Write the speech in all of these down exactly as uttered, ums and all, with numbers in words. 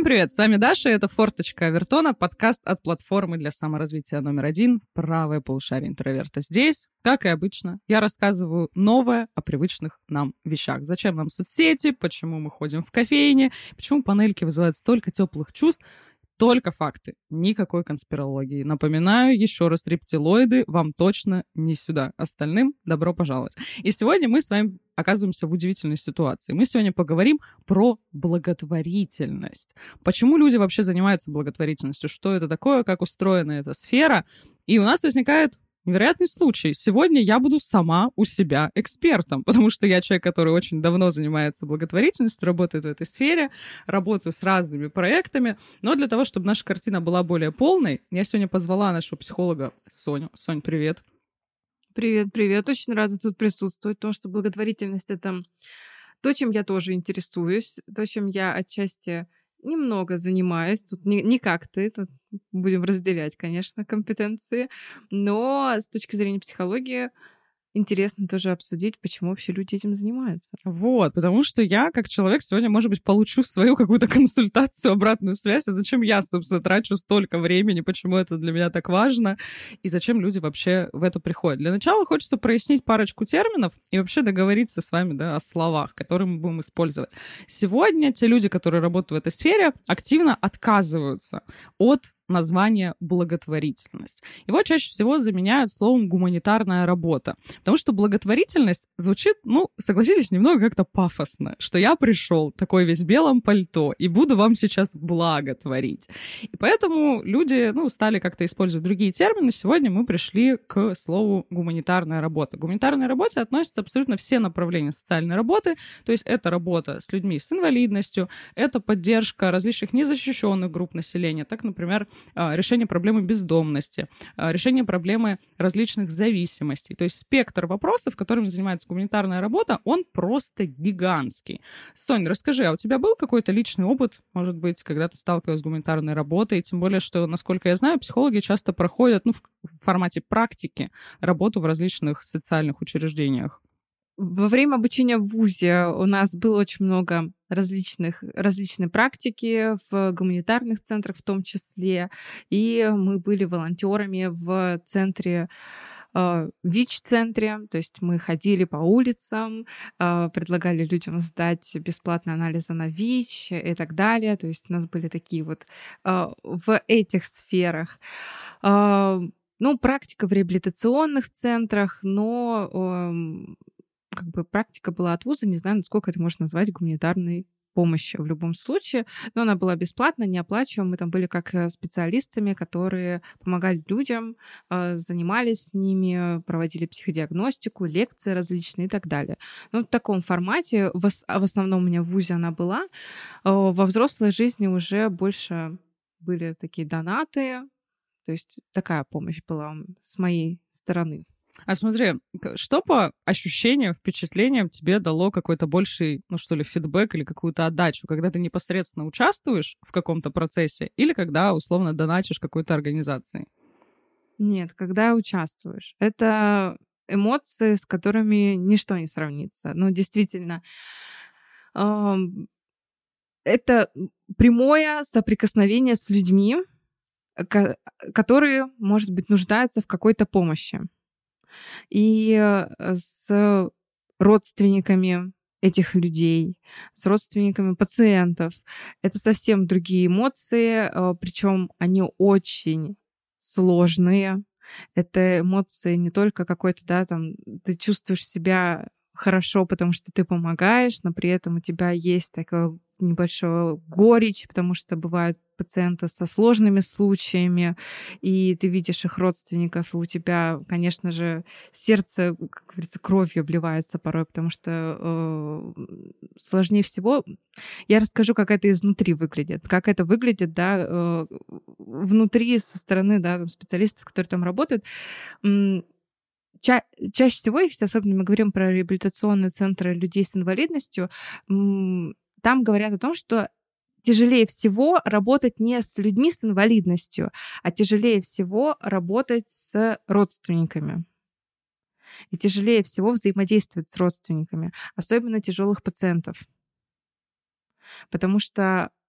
привет, с вами Даша, это «Форточка Овертона», подкаст от платформы для саморазвития номер один «Правое полушарие интроверта». Здесь, как и обычно, я рассказываю новое о привычных нам вещах. Зачем нам соцсети, почему мы ходим в кофейне, почему панельки вызывают столько теплых чувств. Только факты, никакой конспирологии. Напоминаю еще раз, рептилоиды вам точно не сюда. Остальным добро пожаловать. И сегодня мы с вами оказываемся в удивительной ситуации. Мы сегодня поговорим про благотворительность. Почему люди вообще занимаются благотворительностью? Что это такое? Как устроена эта сфера? И у нас возникает невероятный случай. Сегодня я буду сама у себя экспертом, потому что я человек, который очень давно занимается благотворительностью, работает в этой сфере, работаю с разными проектами. Но для того, чтобы наша картина была более полной, я сегодня позвала нашего психолога Соню. Сонь, привет. Привет, привет. Очень рада тут присутствовать, потому что благотворительность — это то, чем я тоже интересуюсь, то, чем я отчасти немного занимаюсь. Тут не, не как ты, тут будем разделять, конечно, компетенции, но с точки зрения психологии интересно тоже обсудить, почему вообще люди этим занимаются. Вот, потому что я, как человек, сегодня, может быть, получу свою какую-то консультацию, обратную связь, а зачем я, собственно, трачу столько времени, почему это для меня так важно, и зачем люди вообще в это приходят. Для начала хочется прояснить парочку терминов и вообще договориться с вами, да, о словах, которые мы будем использовать. Сегодня те люди, которые работают в этой сфере, активно отказываются от название благотворительность. Его чаще всего заменяют словом гуманитарная работа. Потому что благотворительность звучит, ну, согласитесь, немного как-то пафосно, что я пришел такой весь в белом пальто и буду вам сейчас благотворить. И поэтому люди, ну, стали как-то использовать другие термины. Сегодня мы пришли к слову гуманитарная работа. К гуманитарной работе относятся абсолютно все направления социальной работы. То есть это работа с людьми с инвалидностью, это поддержка различных незащищенных групп населения. Так, например, решение проблемы бездомности, решение проблемы различных зависимостей. То есть спектр вопросов, которыми занимается гуманитарная работа, он просто гигантский. Сонь, расскажи, а у тебя был какой-то личный опыт, может быть, когда ты сталкивалась с гуманитарной работой? Тем более, что, насколько я знаю, психологи часто проходят, ну, в формате практики работу в различных социальных учреждениях. Во время обучения в ВУЗе у нас было очень много различных, различной практики в гуманитарных центрах в том числе. И мы были волонтерами в центре, э, ВИЧ-центре. То есть мы ходили по улицам, э, предлагали людям сдать бесплатные анализы на ВИЧ и так далее. То есть у нас были такие вот э, в этих сферах. Э, ну, практика в реабилитационных центрах, но... Э, как бы практика была от вуза, не знаю, насколько это можно назвать гуманитарной помощью в любом случае, но она была бесплатная, неоплачиваемая. Мы там были как специалистами, которые помогали людям, занимались с ними, проводили психодиагностику, лекции различные и так далее. Ну, в таком формате, в основном у меня в вузе она была. Во взрослой жизни уже больше были такие донаты, то есть такая помощь была с моей стороны. А смотри, что по ощущениям, впечатлениям тебе дало какой-то больший, ну что ли, фидбэк или какую-то отдачу, когда ты непосредственно участвуешь в каком-то процессе или когда, условно, донатишь какой-то организации? Нет, когда участвуешь. Это эмоции, с которыми ничто не сравнится. Ну, действительно, эм, это прямое соприкосновение с людьми, ко- которые, может быть, нуждаются в какой-то помощи. И с родственниками этих людей, с родственниками пациентов. Это совсем другие эмоции, причем они очень сложные. Это эмоции не только какой-то, да, там, ты чувствуешь себя хорошо, потому что ты помогаешь, но при этом у тебя есть такая небольшая горечь, потому что бывают пациенты со сложными случаями, и ты видишь их родственников, и у тебя, конечно же, сердце, как говорится, кровью обливается порой, потому что э, сложнее всего. Я расскажу, как это изнутри выглядит, как это выглядит, да, э, внутри, со стороны, да, там, специалистов, которые там работают. Ча- чаще всего, если особенно мы говорим про реабилитационные центры людей с инвалидностью, там говорят о том, что тяжелее всего работать не с людьми с инвалидностью, а тяжелее всего работать с родственниками. И тяжелее всего взаимодействовать с родственниками, особенно тяжелых пациентов. Потому что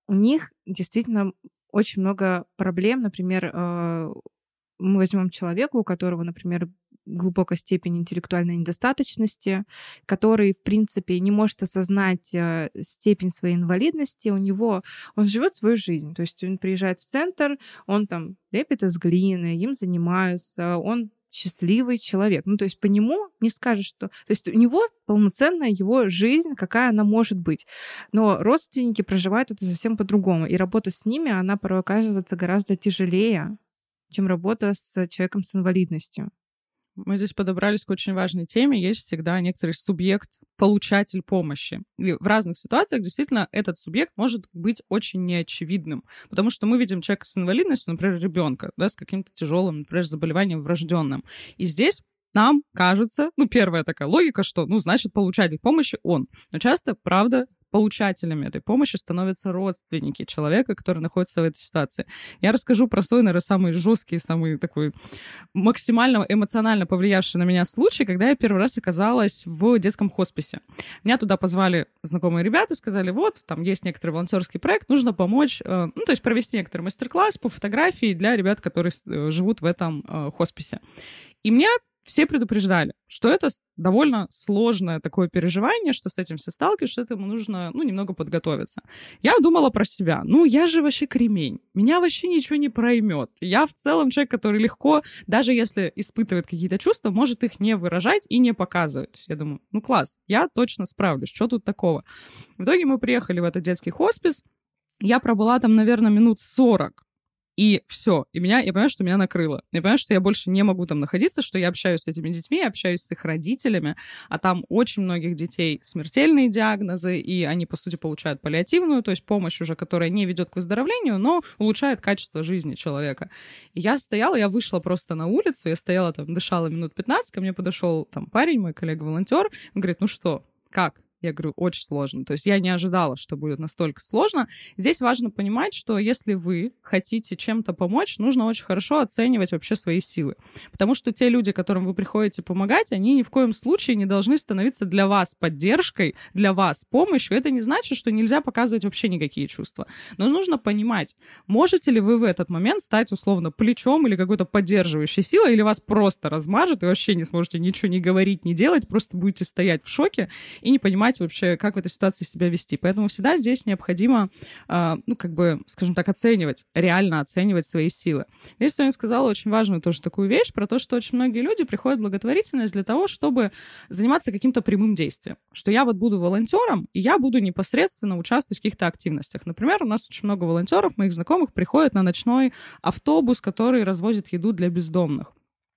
у них действительно очень много проблем. Например, э, мы возьмем человека, у которого, например, глубокая степень интеллектуальной недостаточности, который, в принципе, не может осознать э, степень своей инвалидности. У него он живет свою жизнь. То есть он приезжает в центр, он там лепит из глины, им занимаются, он счастливый человек. Ну, то есть по нему не скажешь, что... То есть у него полноценная его жизнь, какая она может быть. Но родственники проживают это совсем по-другому. И работа с ними, она порой оказывается гораздо тяжелее, чем работа с человеком с инвалидностью. Мы здесь подобрались к очень важной теме. Есть всегда некоторый субъект, получатель помощи. И в разных ситуациях действительно этот субъект может быть очень неочевидным, потому что мы видим человека с инвалидностью, например, ребенка, да, с каким-то тяжелым, например, заболеванием врожденным. И здесь нам кажется, ну, первая такая логика, что, ну, значит, получатель помощи он. Но часто, правда, получателями этой помощи становятся родственники человека, который находится в этой ситуации. Я расскажу про свой, наверное, самый жесткий, самый такой максимально эмоционально повлиявший на меня случай, когда я первый раз оказалась в детском хосписе. Меня туда позвали знакомые ребята, сказали, вот, там есть некоторый волонтерский проект, нужно помочь, ну, то есть провести некоторый мастер-класс по фотографии для ребят, которые живут в этом хосписе. И мне все предупреждали, что это довольно сложное такое переживание, что с этим все сталкиваешься, что этому нужно, ну, немного подготовиться. Я думала про себя. Ну, я же вообще кремень. Меня вообще ничего не проймет. Я в целом человек, который легко, даже если испытывает какие-то чувства, может их не выражать и не показывать. То есть я думаю, ну, класс, я точно справлюсь. Что тут такого? В итоге мы приехали в этот детский хоспис. Я пробыла там, наверное, минут сорок. И все. И меня, я понимаю, что меня накрыло. Я понимаю, что я больше не могу там находиться, что я общаюсь с этими детьми, общаюсь с их родителями, а там очень многих детей смертельные диагнозы, и они, по сути, получают паллиативную, то есть помощь уже, которая не ведет к выздоровлению, но улучшает качество жизни человека. И я стояла, я вышла просто на улицу, я стояла там, дышала минут пятнадцать, ко мне подошел там парень, мой коллега-волонтер, он говорит, ну что, как? Я говорю, очень сложно. То есть я не ожидала, что будет настолько сложно. Здесь важно понимать, что если вы хотите чем-то помочь, нужно очень хорошо оценивать вообще свои силы. Потому что те люди, которым вы приходите помогать, они ни в коем случае не должны становиться для вас поддержкой, для вас помощью. Это не значит, что нельзя показывать вообще никакие чувства. Но нужно понимать, можете ли вы в этот момент стать условно плечом или какой-то поддерживающей силой, или вас просто размажет, и вообще не сможете ничего не говорить, не делать, просто будете стоять в шоке и не понимать вообще, как в этой ситуации себя вести. Поэтому всегда здесь необходимо, э, ну, как бы, скажем так, оценивать, реально оценивать свои силы. Здесь Соня сказала очень важную тоже такую вещь про то, что очень многие люди приходят в благотворительность для того, чтобы заниматься каким-то прямым действием. Что я вот буду волонтером, и я буду непосредственно участвовать в каких-то активностях. Например, у нас очень много волонтеров, моих знакомых, приходят на ночной автобус, который развозит еду для бездомных.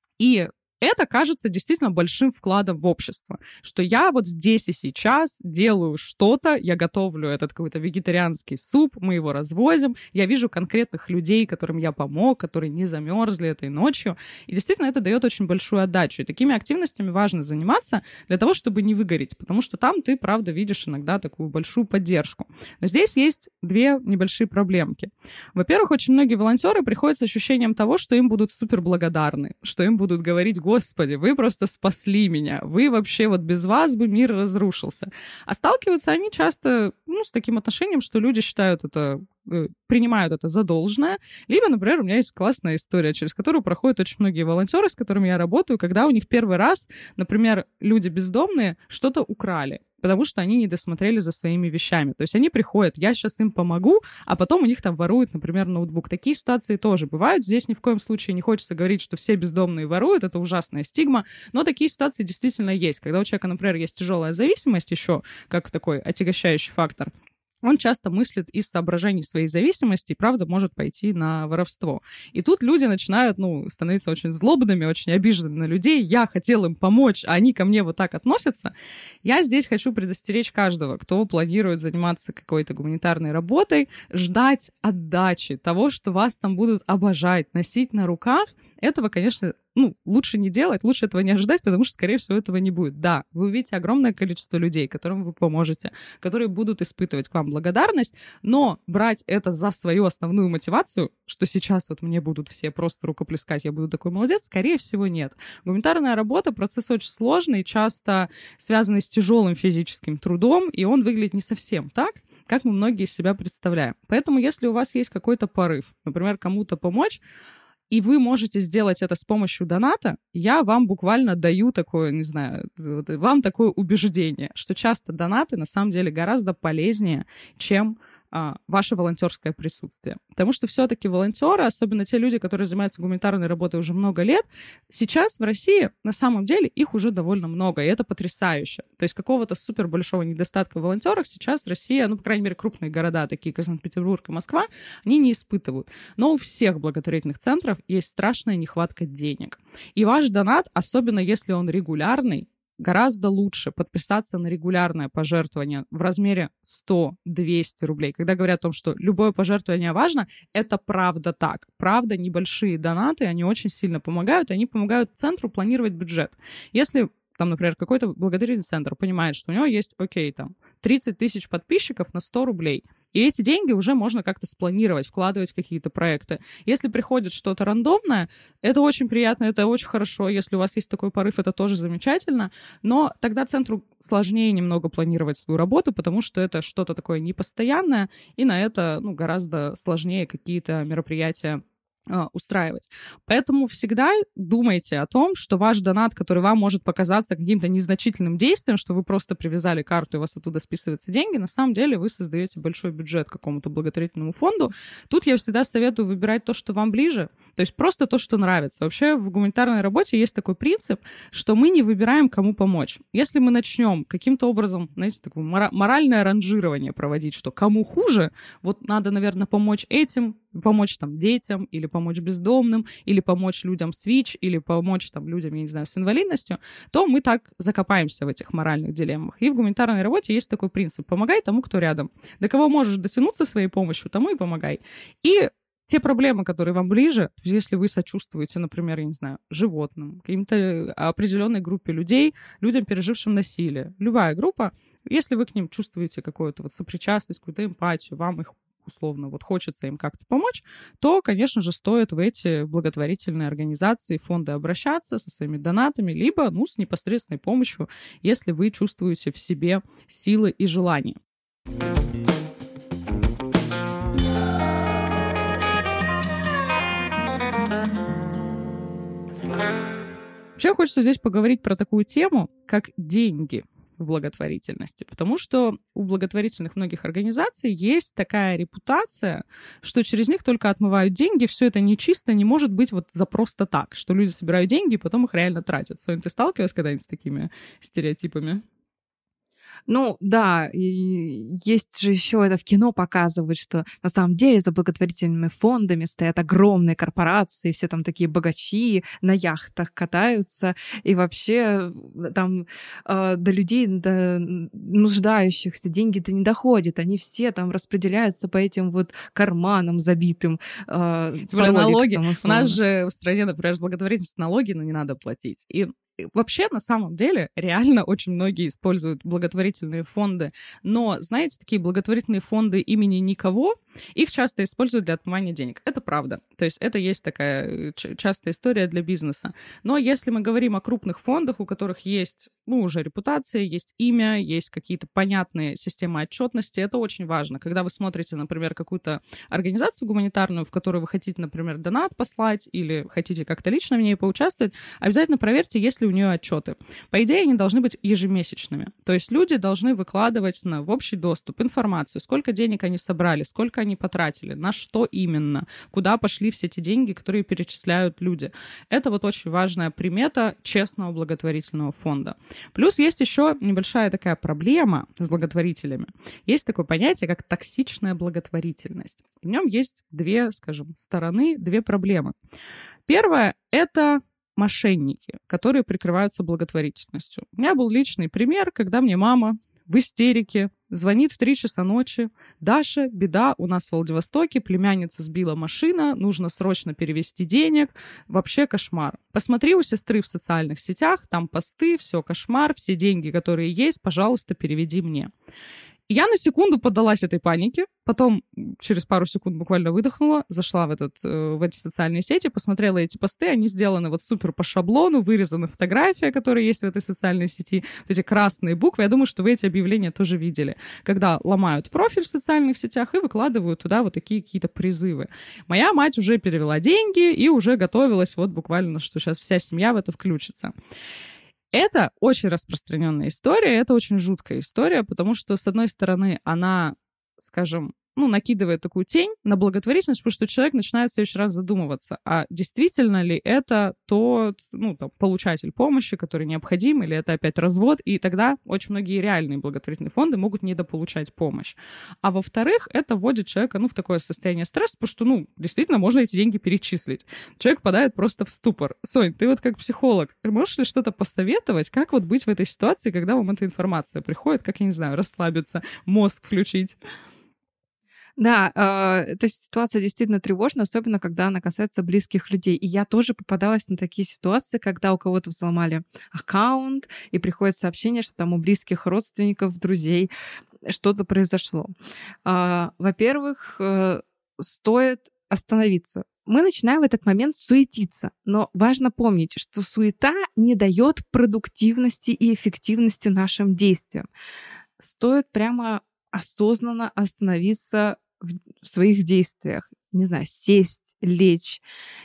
И это кажется действительно большим вкладом в общество, что я вот здесь и сейчас делаю что-то, я готовлю этот какой-то вегетарианский суп, мы его развозим, я вижу конкретных людей, которым я помог, которые не замерзли этой ночью, и действительно это дает очень большую отдачу. И такими активностями важно заниматься для того, чтобы не выгореть, потому что там ты, правда, видишь иногда такую большую поддержку. Но здесь есть две небольшие проблемки. Во-первых, очень многие волонтеры приходят с ощущением того, что им будут супер благодарны, что им будут говорить: Господи, вы просто спасли меня, вы вообще вот без вас бы мир разрушился. А сталкиваются они часто, ну, с таким отношением, что люди считают это, принимают это за должное. Либо, например, у меня есть классная история, через которую проходят очень многие волонтеры, с которыми я работаю, когда у них первый раз, например, люди бездомные что-то украли, потому что они не досмотрели за своими вещами. То есть они приходят, я сейчас им помогу, а потом у них там воруют, например, ноутбук. Такие ситуации тоже бывают. Здесь ни в коем случае не хочется говорить, что все бездомные воруют, это ужасная стигма, но такие ситуации действительно есть. Когда у человека, например, есть тяжелая зависимость еще, как такой отягощающий фактор, он часто мыслит из соображений своей зависимости и, правда, может пойти на воровство. И тут люди начинают, ну, становиться очень злобными, очень обиженными на людей. Я хотел им помочь, а они ко мне вот так относятся. Я здесь хочу предостеречь каждого, кто планирует заниматься какой-то гуманитарной работой, ждать отдачи, того, что вас там будут обожать, носить на руках. Этого, конечно, ну, лучше не делать, лучше этого не ожидать, потому что, скорее всего, этого не будет. Да, вы увидите огромное количество людей, которым вы поможете, которые будут испытывать к вам благодарность, но брать это за свою основную мотивацию, что сейчас вот мне будут все просто рукоплескать, я буду такой молодец, скорее всего, нет. Гуманитарная работа — процесс очень сложный, часто связанный с тяжелым физическим трудом, и он выглядит не совсем так, как мы многие из себя представляем. Поэтому если у вас есть какой-то порыв, например, кому-то помочь, и вы можете сделать это с помощью доната, я вам буквально даю такое, не знаю, вам такое убеждение, что часто донаты на самом деле гораздо полезнее, чем а, ваше волонтерское присутствие. Потому что все-таки волонтеры, особенно те люди, которые занимаются гуманитарной работой уже много лет, сейчас в России на самом деле их уже довольно много, и это потрясающе. То есть какого-то супер большого недостатка в волонтерах сейчас Россия, ну, по крайней мере, крупные города, такие как Санкт-Петербург и Москва, они не испытывают. Но у всех благотворительных центров есть страшная нехватка денег. И ваш донат, особенно если он регулярный, гораздо лучше подписаться на регулярное пожертвование в размере сто-двести рублей. Когда говорят о том, что любое пожертвование важно, это правда так. Правда, небольшие донаты, они очень сильно помогают, они помогают центру планировать бюджет. Если там, например, какой-то благотворительный центр понимает, что у него есть, окей, там, тридцать тысяч подписчиков на сто рублей, и эти деньги уже можно как-то спланировать, вкладывать в какие-то проекты. Если приходит что-то рандомное, это очень приятно, это очень хорошо. Если у вас есть такой порыв, это тоже замечательно. Но тогда центру сложнее немного планировать свою работу, потому что это что-то такое непостоянное, и на это, ну, гораздо сложнее какие-то мероприятия устраивать. Поэтому всегда думайте о том, что ваш донат, который вам может показаться каким-то незначительным действием, что вы просто привязали карту, и у вас оттуда списываются деньги, на самом деле вы создаете большой бюджет какому-то благотворительному фонду. Тут я всегда советую выбирать то, что вам ближе, то есть просто то, что нравится. Вообще в гуманитарной работе есть такой принцип, что мы не выбираем, кому помочь. Если мы начнем каким-то образом, знаете, такое моральное ранжирование проводить, что кому хуже, вот надо, наверное, помочь этим, помочь там детям, или помочь бездомным, или помочь людям с ВИЧ, или помочь там людям, я не знаю, с инвалидностью, то мы так закопаемся в этих моральных дилеммах. И в гуманитарной работе есть такой принцип: помогай тому, кто рядом. До кого можешь дотянуться своей помощью, тому и помогай. И те проблемы, которые вам ближе, если вы сочувствуете, например, я не знаю, животным, каким-то определенной группе людей, людям, пережившим насилие, любая группа, если вы к ним чувствуете какую-то вот сопричастность, какую-то эмпатию, вам их условно, вот хочется им как-то помочь, то, конечно же, стоит в эти благотворительные организации, фонды обращаться со своими донатами, либо, ну, с непосредственной помощью, если вы чувствуете в себе силы и желание. Вообще хочется здесь поговорить про такую тему, как деньги в благотворительности, потому что у благотворительных многих организаций есть такая репутация, что через них только отмывают деньги, все это нечисто, не может быть вот за просто так, что люди собирают деньги и потом их реально тратят. Соня, ты сталкивалась когда-нибудь с такими стереотипами? Ну, да, и есть же еще это в кино показывают, что на самом деле за благотворительными фондами стоят огромные корпорации, все там такие богачи на яхтах катаются, и вообще там э, до людей, до нуждающихся деньги-то не доходят, они все там распределяются по этим вот карманам забитым. Э, Тем более налоги. У нас же в стране, например, благотворительность налоги, но не надо платить. И вообще, на самом деле, реально очень многие используют благотворительные фонды, но, знаете, такие благотворительные фонды имени никого, их часто используют для отмывания денег. Это правда. То есть это есть такая частая история для бизнеса. Но если мы говорим о крупных фондах, у которых есть, ну, уже репутация, есть имя, есть какие-то понятные системы отчетности, это очень важно. Когда вы смотрите, например, какую-то организацию гуманитарную, в которую вы хотите, например, донат послать или хотите как-то лично в ней поучаствовать, обязательно проверьте, есть ли у нее отчеты. По идее, они должны быть ежемесячными. То есть люди должны выкладывать на, в общий доступ информацию, сколько денег они собрали, сколько они потратили, на что именно, куда пошли все эти деньги, которые перечисляют люди. Это вот очень важная примета честного благотворительного фонда. Плюс есть еще небольшая такая проблема с благотворителями. Есть такое понятие, как токсичная благотворительность. В нем есть две, скажем, стороны, две проблемы. Первая — это мошенники, которые прикрываются благотворительностью. У меня был личный пример, когда мне мама в истерике звонит в три часа ночи: «Даша, беда, у нас в Владивостоке, племянница сбила машина, нужно срочно перевести денег, вообще кошмар. Посмотри у сестры в социальных сетях, там посты, все кошмар, все деньги, которые есть, пожалуйста, переведи мне». Я на секунду поддалась этой панике, потом через пару секунд буквально выдохнула, зашла в, этот, в эти социальные сети, посмотрела эти посты, они сделаны вот супер по шаблону, вырезаны фотография, которая есть в этой социальной сети, вот эти красные буквы. Я думаю, что вы эти объявления тоже видели, когда ломают профиль в социальных сетях и выкладывают туда вот такие какие-то призывы. Моя мать уже перевела деньги и уже готовилась вот буквально, что сейчас вся семья в это включится. Это очень распространенная история, это очень жуткая история, потому что, с одной стороны, она, скажем, ну, накидывает такую тень на благотворительность, потому что человек начинает в следующий раз задумываться, а действительно ли это тот, ну, там, получатель помощи, который необходим, или это опять развод, и тогда очень многие реальные благотворительные фонды могут недополучать помощь. А во-вторых, это вводит человека, ну, в такое состояние стресса, потому что, ну, действительно, можно эти деньги перечислить. Человек попадает просто в ступор. Сонь, ты вот как психолог, можешь ли что-то посоветовать, как вот быть в этой ситуации, когда вам эта информация приходит, как, я не знаю, расслабиться, мозг включить? Да, э, эта ситуация действительно тревожна, особенно когда она касается близких людей. И я тоже попадалась на такие ситуации, когда у кого-то взломали аккаунт, и приходит сообщение, что там у близких родственников, друзей что-то произошло. Э, во-первых, э, стоит остановиться. Мы начинаем в этот момент суетиться, но важно помнить, что суета не дает продуктивности и эффективности нашим действиям. Стоит прямо осознанно остановиться в своих действиях, не знаю, сесть, лечь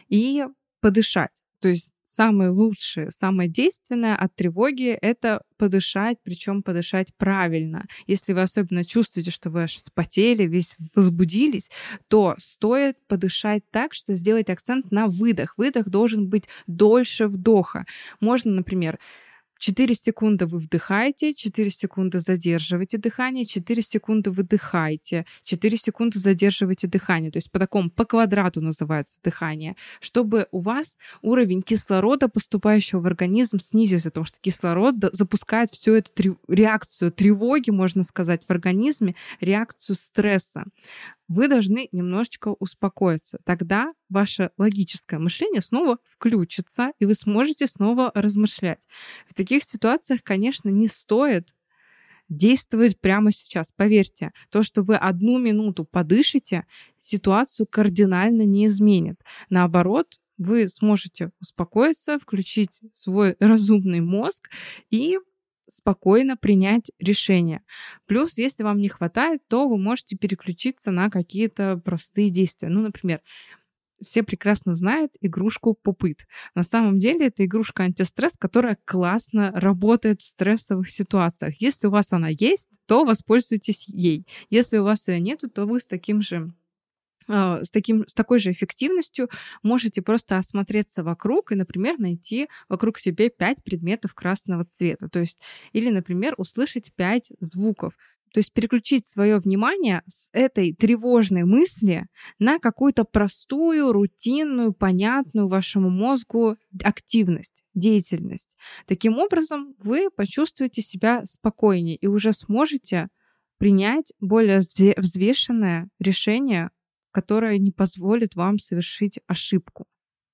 и подышать. То есть самое лучшее, самое действенное от тревоги — это подышать, причем подышать правильно. Если вы особенно чувствуете, что вы аж вспотели, весь возбудились, то стоит подышать так, что сделать акцент на выдох. Выдох должен быть дольше вдоха. Можно, например, четыре секунды вы вдыхаете, четыре секунды задерживаете дыхание, четыре секунды выдыхаете, четыре секунды задерживаете дыхание. То есть по такому, по квадрату называется дыхание, чтобы у вас уровень кислорода, поступающего в организм, снизился, потому что кислород запускает всю эту трев- реакцию тревоги, можно сказать, в организме, реакцию стресса. Вы должны немножечко успокоиться. Тогда ваше логическое мышление снова включится, и вы сможете снова размышлять. В таких ситуациях, конечно, не стоит действовать прямо сейчас. Поверьте, то, что вы одну минуту подышите, ситуацию кардинально не изменит. Наоборот, вы сможете успокоиться, включить свой разумный мозг и спокойно принять решение. Плюс, если вам не хватает, то вы можете переключиться на какие-то простые действия. Ну, например, все прекрасно знают игрушку Pop-It. На самом деле это игрушка антистресс, которая классно работает в стрессовых ситуациях. Если у вас она есть, то воспользуйтесь ей. Если у вас ее нет, то вы с таким же с, таким, с такой же эффективностью можете просто осмотреться вокруг и, например, найти вокруг себя пять предметов красного цвета. То есть, или, например, услышать пять звуков. То есть переключить свое внимание с этой тревожной мысли на какую-то простую, рутинную, понятную вашему мозгу активность, деятельность. Таким образом, вы почувствуете себя спокойнее и уже сможете принять более взвешенное решение, которая не позволит вам совершить ошибку.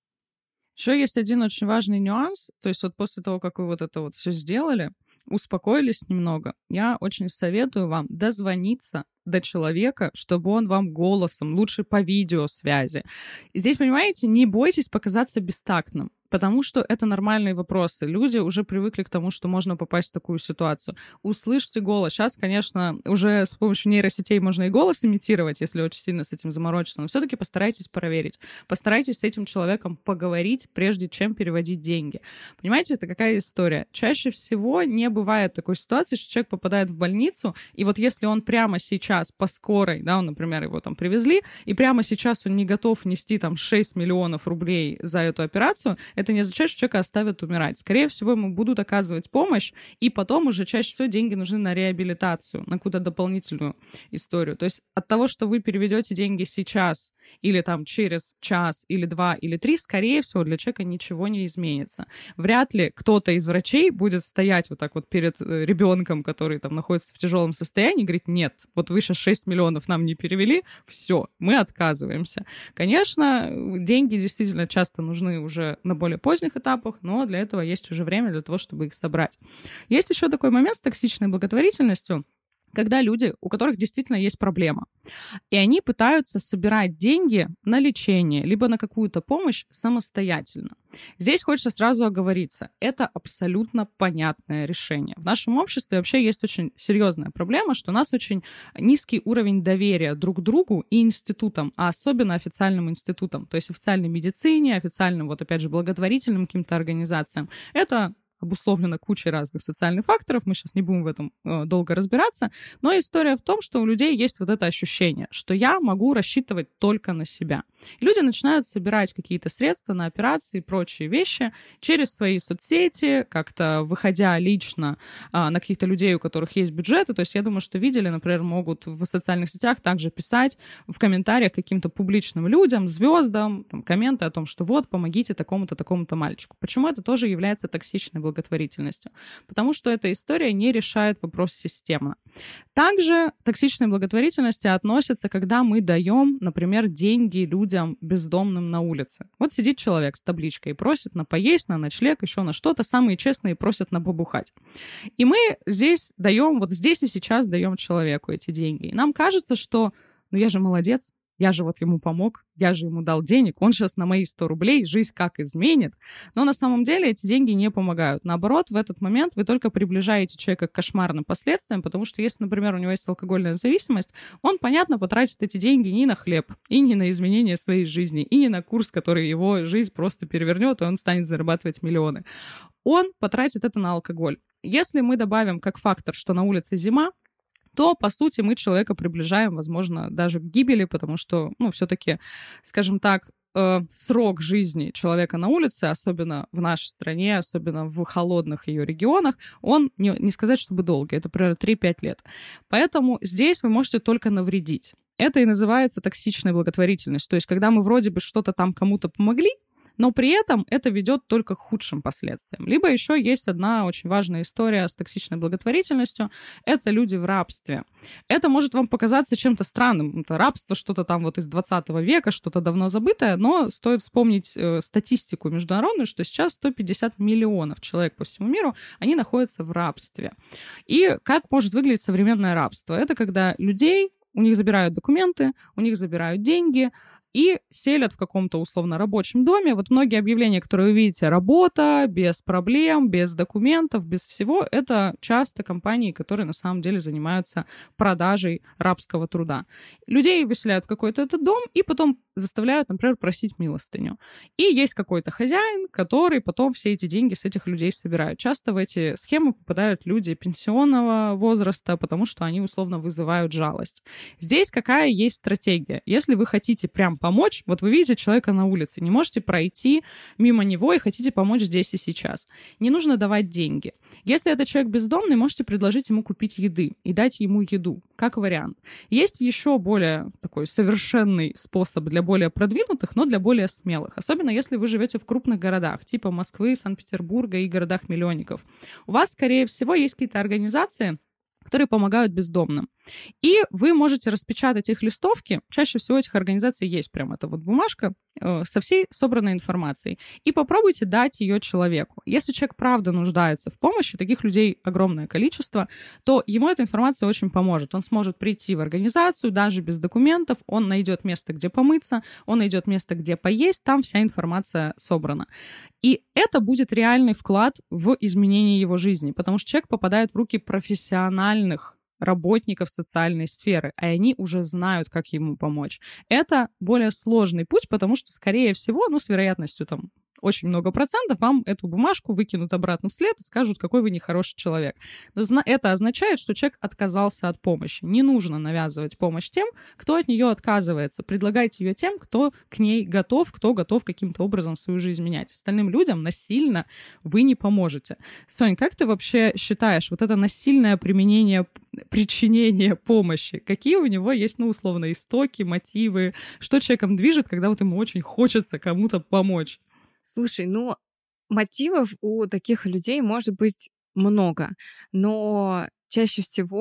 Еще есть один очень важный нюанс. То есть вот после того, как вы вот это вот все сделали, успокоились немного, я очень советую вам дозвониться до человека, чтобы он вам голосом, лучше по видеосвязи. И здесь, понимаете, не бойтесь показаться бестактным, потому что это нормальные вопросы. Люди уже привыкли к тому, что можно попасть в такую ситуацию. Услышьте голос. Сейчас, конечно, уже с помощью нейросетей можно и голос имитировать, если очень сильно с этим заморочиться, но все-таки постарайтесь проверить. Постарайтесь с этим человеком поговорить, прежде чем переводить деньги. Понимаете, это какая история? Чаще всего не бывает такой ситуации, что человек попадает в больницу, и вот если он прямо сейчас по скорой, да, он, например, его там привезли, и прямо сейчас он не готов нести там шесть миллионов рублей за эту операцию, это не означает, что человека оставят умирать. Скорее всего, ему будут оказывать помощь, и потом уже чаще всего деньги нужны на реабилитацию, на какую-то дополнительную историю. То есть от того, что вы переведете деньги сейчас или там через час, или два, или три, скорее всего, для человека ничего не изменится. Вряд ли кто-то из врачей будет стоять вот так вот перед ребенком, который там находится в тяжелом состоянии, и говорить: нет, вот вы сейчас шесть миллионов нам не перевели, все, мы отказываемся. Конечно, деньги действительно часто нужны уже на более поздних этапах, но для этого есть уже время для того, чтобы их собрать. Есть еще такой момент с токсичной благотворительностью. когда люди, у которых действительно есть проблема, и они пытаются собирать деньги на лечение, либо на какую-то помощь самостоятельно. Здесь хочется сразу оговориться. Это абсолютно понятное решение. В нашем обществе вообще есть очень серьезная проблема, что у нас очень низкий уровень доверия друг к другу и институтам, а особенно официальным институтам, то есть официальной медицине, официальным, вот опять же, благотворительным каким-то организациям. Это обусловлено кучей разных социальных факторов, мы сейчас не будем в этом э, долго разбираться, но история в том, что у людей есть вот это ощущение, что я могу рассчитывать только на себя. И люди начинают собирать какие-то средства на операции и прочие вещи через свои соцсети, как-то выходя лично э, на каких-то людей, у которых есть бюджеты. То есть я думаю, что видели, например, могут в социальных сетях также писать в комментариях каким-то публичным людям, звездам, там, комменты о том, что вот, помогите такому-то, такому-то мальчику. Почему это тоже является токсичной благотворительностью? Потому что эта история не решает вопрос системно. Также к токсичной благотворительности относится, когда мы даем, например, деньги людям бездомным на улице. Вот сидит человек с табличкой и просит на поесть, на ночлег, еще на что-то. Самые честные просят на побухать. И мы здесь даем, вот здесь и сейчас даем человеку эти деньги. И нам кажется, что ну я же молодец, я же вот ему помог, я же ему дал денег, он сейчас на мои сто рублей жизнь как изменит. Но на самом деле эти деньги не помогают. Наоборот, в этот момент вы только приближаете человека к кошмарным последствиям, потому что если, например, у него есть алкогольная зависимость, он, понятно, потратит эти деньги не на хлеб, и не на изменение своей жизни, и не на курс, который его жизнь просто перевернет, и он станет зарабатывать миллионы. Он потратит это на алкоголь. Если мы добавим как фактор, что на улице зима, то, по сути, мы человека приближаем, возможно, даже к гибели, потому что, ну, все-таки, скажем так, э, срок жизни человека на улице, особенно в нашей стране, особенно в холодных ее регионах, он, не, не сказать, чтобы долгий, это примерно три-пять лет. Поэтому здесь вы можете только навредить. Это и называется токсичная благотворительность. То есть, когда мы вроде бы что-то там кому-то помогли, но при этом это ведет только к худшим последствиям. Либо еще есть одна очень важная история с токсичной благотворительностью. Это люди в рабстве. Это может вам показаться чем-то странным. Это рабство что-то там вот из двадцатого века, что-то давно забытое, но стоит вспомнить э, статистику международную, что сейчас сто пятьдесят миллионов человек по всему миру, они находятся в рабстве. И как может выглядеть современное рабство? Это когда людей, у них забирают документы, у них забирают деньги, и селят в каком-то условно рабочем доме. Вот многие объявления, которые вы видите, работа, без проблем, без документов, без всего, это часто компании, которые на самом деле занимаются продажей рабского труда. Людей выселяют в какой-то этот дом и потом заставляют, например, просить милостыню. И есть какой-то хозяин, который потом все эти деньги с этих людей собирает. Часто в эти схемы попадают люди пенсионного возраста, потому что они условно вызывают жалость. Здесь какая есть стратегия? Если вы хотите прям помочь, вот вы видите человека на улице, не можете пройти мимо него и хотите помочь здесь и сейчас. Не нужно давать деньги. Если это человек бездомный, можете предложить ему купить еды и дать ему еду, как вариант. Есть еще более такой совершенный способ для более продвинутых, но для более смелых. Особенно если вы живете в крупных городах, типа Москвы, Санкт-Петербурга и городах-миллионников. У вас, скорее всего, есть какие-то организации, которые помогают бездомным. И вы можете распечатать их листовки. Чаще всего у этих организаций есть прям эта вот бумажка э, со всей собранной информацией. И попробуйте дать ее человеку. Если человек правда нуждается в помощи, таких людей огромное количество, то ему эта информация очень поможет. Он сможет прийти в организацию даже без документов, он найдет место, где помыться, он найдет место, где поесть, там вся информация собрана. И это будет реальный вклад в изменение его жизни, потому что человек попадает в руки профессиональных работников социальной сферы, а они уже знают, как ему помочь. Это более сложный путь, потому что, скорее всего, ну, с вероятностью там очень много процентов, вам эту бумажку выкинут обратно вслед и скажут, какой вы нехороший человек. Но это означает, что человек отказался от помощи. Не нужно навязывать помощь тем, кто от нее отказывается. Предлагайте ее тем, кто к ней готов, кто готов каким-то образом свою жизнь менять. Остальным людям насильно вы не поможете. Сонь, как ты вообще считаешь, вот это насильное применение, причинение помощи, какие у него есть, ну, условно, истоки, мотивы, что человеком движет, когда вот ему очень хочется кому-то помочь? Слушай, ну, мотивов у таких людей может быть много, но чаще всего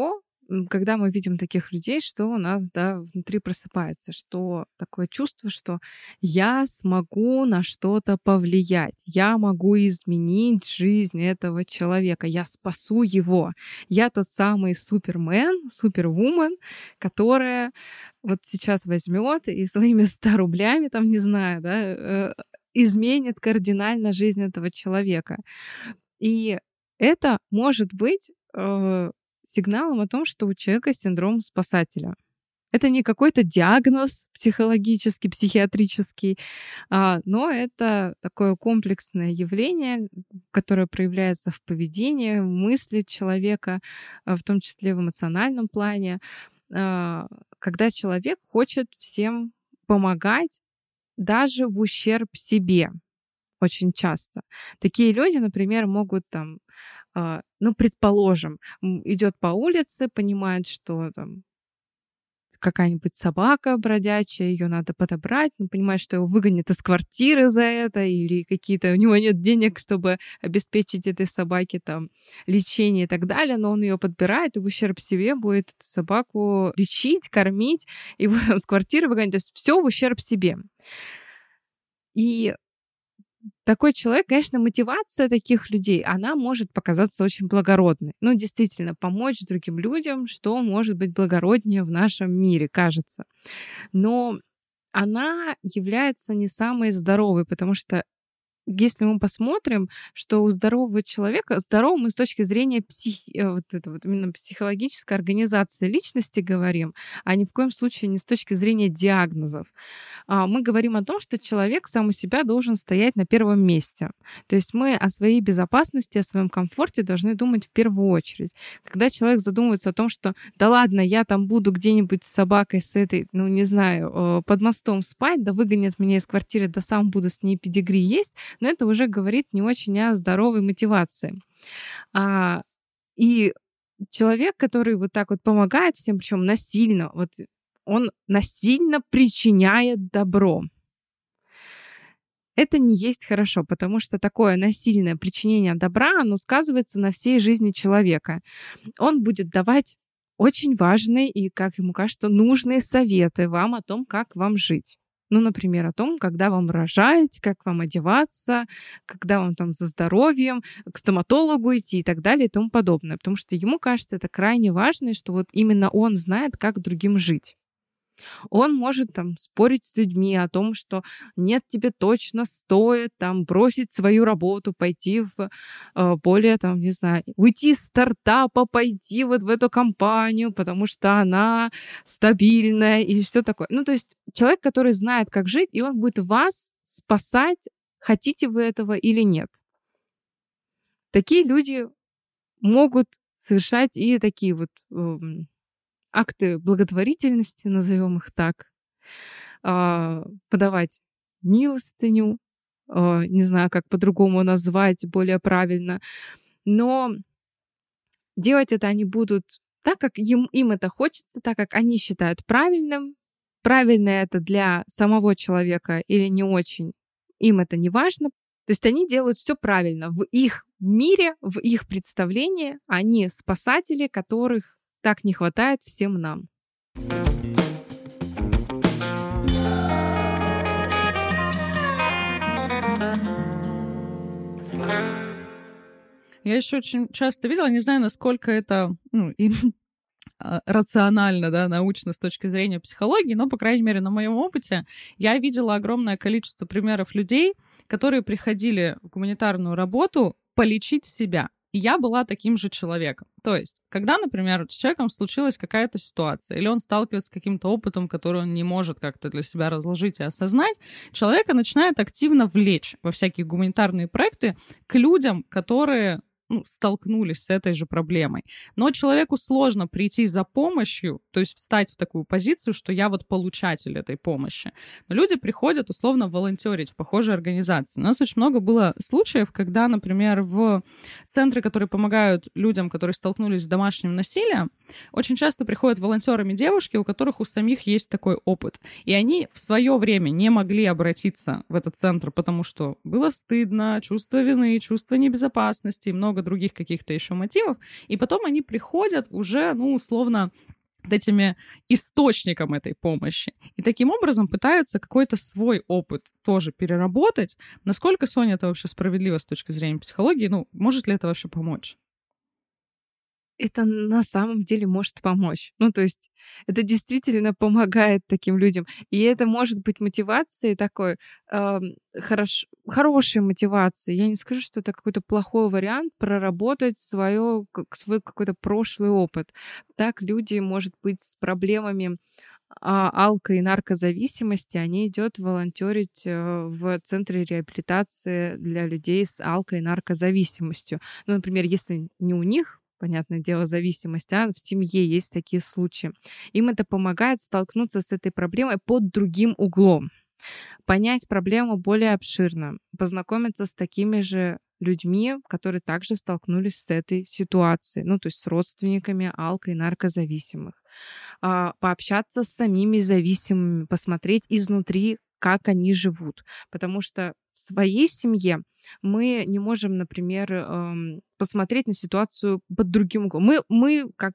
когда мы видим таких людей, что у нас, да, внутри просыпается, что такое чувство, что я смогу на что-то повлиять, я могу изменить жизнь этого человека, я спасу его. Я тот самый супермен, супервумен, которая вот сейчас возьмет и своими ста рублями, там, не знаю, да, э, изменит кардинально жизнь этого человека. И это может быть э, сигналом о том, что у человека синдром спасателя. Это не какой-то диагноз психологический, психиатрический, а, но это такое комплексное явление, которое проявляется в поведении, в мысли человека, а, в том числе в эмоциональном плане, а, когда человек хочет всем помогать даже в ущерб себе. Очень часто. Такие люди, например, могут там, а, ну, предположим, идет по улице, понимает, что там какая-нибудь собака бродячая, ее надо подобрать, но понимает, что его выгонят из квартиры за это, или какие-то у него нет денег, чтобы обеспечить этой собаке там лечение и так далее, но он ее подбирает и в ущерб себе будет эту собаку лечить, кормить, и его с квартиры выгонят. То есть все в ущерб себе. И такой человек, конечно, мотивация таких людей, она может показаться очень благородной. Ну, действительно, помочь другим людям, что может быть благороднее в нашем мире, кажется. Но она является не самой здоровой, потому что если мы посмотрим, что у здорового человека, здоровым мы с точки зрения псих... вот это вот именно психологической организации личности говорим, а ни в коем случае не с точки зрения диагнозов. Мы говорим о том, что человек сам у себя должен стоять на первом месте. То есть мы о своей безопасности, о своем комфорте должны думать в первую очередь. Когда человек задумывается о том, что да ладно, я там буду где-нибудь с собакой, с этой, ну не знаю, под мостом спать, да выгонят меня из квартиры, да сам буду с ней педигри есть, но это уже говорит не очень о здоровой мотивации. А, и человек, который вот так вот помогает всем, причем насильно, вот он насильно причиняет добро. Это не есть хорошо, потому что такое насильное причинение добра, оно сказывается на всей жизни человека. Он будет давать очень важные и, как ему кажется, нужные советы вам о том, как вам жить. Ну, например, о том, когда вам рожать, как вам одеваться, когда вам там за здоровьем, к стоматологу идти и так далее и тому подобное. Потому что ему кажется это крайне важно, что вот именно он знает, как другим жить. Он может там спорить с людьми о том, что нет, тебе точно стоит там бросить свою работу, пойти в э, более там, не знаю, уйти из стартапа, пойти вот в эту компанию, потому что она стабильная и все такое. Ну, то есть человек, который знает, как жить, и он будет вас спасать, хотите вы этого или нет. Такие люди могут совершать и такие вот э, акты благотворительности, назовем их так, подавать милостыню, не знаю, как по-другому назвать, более правильно, но делать это они будут так, как им, им это хочется, так, как они считают правильным. Правильно это для самого человека или не очень, им это не важно. То есть они делают все правильно. В их мире, в их представлении они спасатели, которых так не хватает всем нам. Я еще очень часто видела, не знаю, насколько это ну, и, рационально, да, научно с точки зрения психологии, но, по крайней мере, на моем опыте я видела огромное количество примеров людей, которые приходили в гуманитарную работу полечить себя. И я была таким же человеком. То есть, когда, например, с человеком случилась какая-то ситуация, или он сталкивается с каким-то опытом, который он не может как-то для себя разложить и осознать, человека начинает активно влечь во всякие гуманитарные проекты к людям, которые ну, столкнулись с этой же проблемой. Но человеку сложно прийти за помощью, то есть встать в такую позицию, что я вот получатель этой помощи. Но люди приходят условно волонтерить в похожей организации. У нас очень много было случаев, когда, например, в центры, которые помогают людям, которые столкнулись с домашним насилием, очень часто приходят волонтерами девушки, у которых у самих есть такой опыт. И они в свое время не могли обратиться в этот центр, потому что было стыдно, чувство вины, чувство небезопасности и много много других каких-то еще мотивов, и потом они приходят уже, ну, условно, этими источником этой помощи. И таким образом пытаются какой-то свой опыт тоже переработать. Насколько, Соня, это вообще справедливо с точки зрения психологии? Ну, может ли это вообще помочь? Это на самом деле может помочь. Ну, то есть это действительно помогает таким людям. И это может быть мотивацией такой, э, хорош, хорошей мотивацией. Я не скажу, что это какой-то плохой вариант проработать свое, как, свой какой-то прошлый опыт. Так люди, может быть, с проблемами а, алко- и наркозависимости, они идут волонтерить э, в центре реабилитации для людей с алко- и наркозависимостью. Ну, например, если не у них, понятное дело, зависимость, а в семье есть такие случаи. Им это помогает столкнуться с этой проблемой под другим углом, понять проблему более обширно, познакомиться с такими же людьми, которые также столкнулись с этой ситуацией, ну, то есть с родственниками алко- и наркозависимых, а, пообщаться с самими зависимыми, посмотреть изнутри, как они живут. Потому что в своей семье мы не можем, например, эм, посмотреть на ситуацию под другим углом. Мы, мы как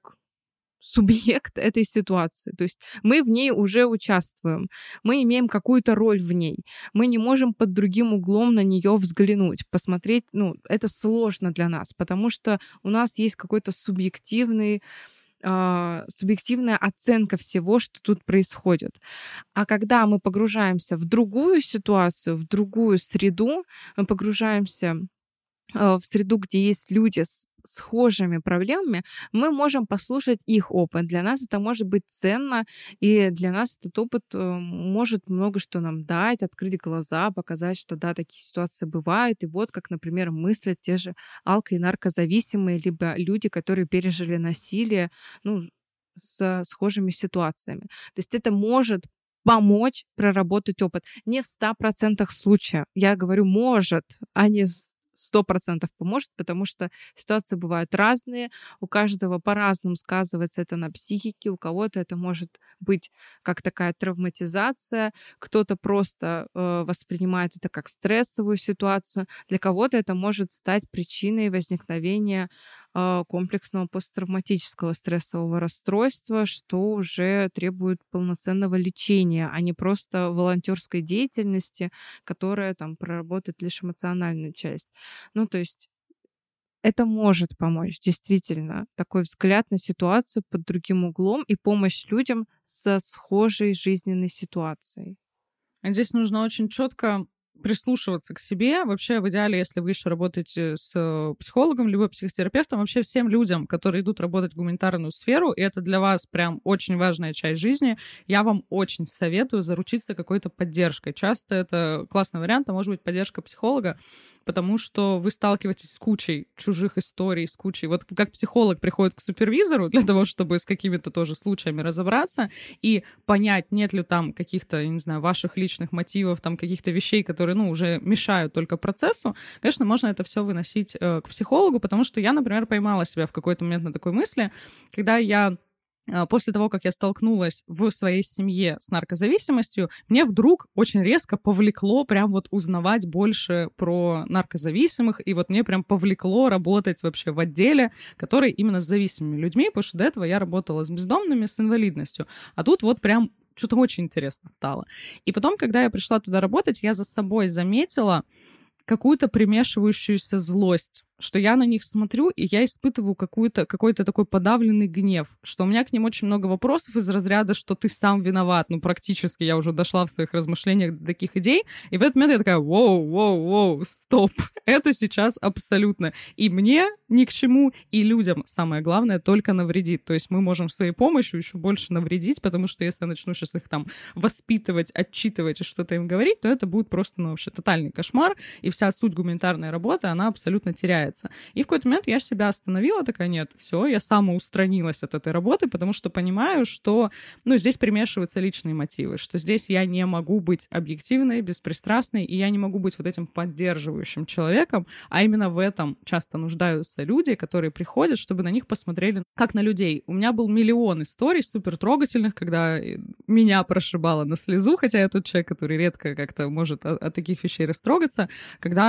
субъект этой ситуации. То есть мы в ней уже участвуем, мы имеем какую-то роль в ней. Мы не можем под другим углом на нее взглянуть, посмотреть. Ну, это сложно для нас, потому что у нас есть какой-то субъективный а, субъективная оценка всего, что тут происходит. А когда мы погружаемся в другую ситуацию, в другую среду, мы погружаемся э, в среду, где есть люди с схожими проблемами, мы можем послушать их опыт. Для нас это может быть ценно, и для нас этот опыт э, может много что нам дать, открыть глаза, показать, что да, такие ситуации бывают, и вот как, например, мыслят те же алко- и наркозависимые, либо люди, которые пережили насилие, ну, с схожими ситуациями. То есть это может помочь проработать опыт. Не в ста процентах случаев. Я говорю «может», а не сто процентов поможет, потому что ситуации бывают разные, у каждого по-разному сказывается это на психике, у кого-то это может быть как такая травматизация, кто-то просто э, воспринимает это как стрессовую ситуацию, для кого-то это может стать причиной возникновения э, комплексного посттравматического стрессового расстройства, что уже требует полноценного лечения, а не просто волонтерской деятельности, которая там проработает лишь эмоциональную часть. Ну, то есть это может помочь, действительно, такой взгляд на ситуацию под другим углом и помощь людям со схожей жизненной ситуацией. Здесь нужно очень четко прислушиваться к себе. Вообще, в идеале, если вы еще работаете с психологом, либо психотерапевтом, вообще всем людям, которые идут работать в гуманитарную сферу, и это для вас прям очень важная часть жизни, я вам очень советую заручиться какой-то поддержкой. Часто это классный вариант, а может быть поддержка психолога, потому что вы сталкиваетесь с кучей чужих историй, с кучей... Вот как психолог приходит к супервизору для того, чтобы с какими-то тоже случаями разобраться и понять, нет ли там каких-то, я не знаю, ваших личных мотивов, там каких-то вещей, которые, ну, уже мешают только процессу, конечно, можно это все выносить э, к психологу, потому что я, например, поймала себя в какой-то момент на такой мысли, когда я после того, как я столкнулась в своей семье с наркозависимостью, мне вдруг очень резко повлекло прям вот узнавать больше про наркозависимых, и вот мне прям повлекло работать вообще в отделе, который именно с зависимыми людьми, потому что до этого я работала с бездомными, с инвалидностью, а тут вот прям что-то очень интересно стало. И потом, когда я пришла туда работать, я за собой заметила какую-то примешивающуюся злость, что я на них смотрю, и я испытываю какую-то, какой-то такой подавленный гнев, что у меня к ним очень много вопросов из разряда, что ты сам виноват. Ну, практически я уже дошла в своих размышлениях до таких идей, и в этот момент я такая, воу, воу, воу, стоп, это сейчас абсолютно и мне ни к чему, и людям, самое главное, только навредит. То есть мы можем своей помощью еще больше навредить, потому что если я начну сейчас их там воспитывать, отчитывать и что-то им говорить, то это будет просто, ну, вообще тотальный кошмар, и вся суть гуманитарной работы, она абсолютно теряется. И в какой-то момент я себя остановила, такая, нет, все, я самоустранилась от этой работы, потому что понимаю, что, ну, здесь примешиваются личные мотивы, что здесь я не могу быть объективной, беспристрастной, и я не могу быть вот этим поддерживающим человеком, а именно в этом часто нуждаются люди, которые приходят, чтобы на них посмотрели как на людей. У меня был миллион историй супер трогательных, когда меня прошибало на слезу, хотя я тот человек, который редко как-то может от, от таких вещей растрогаться, когда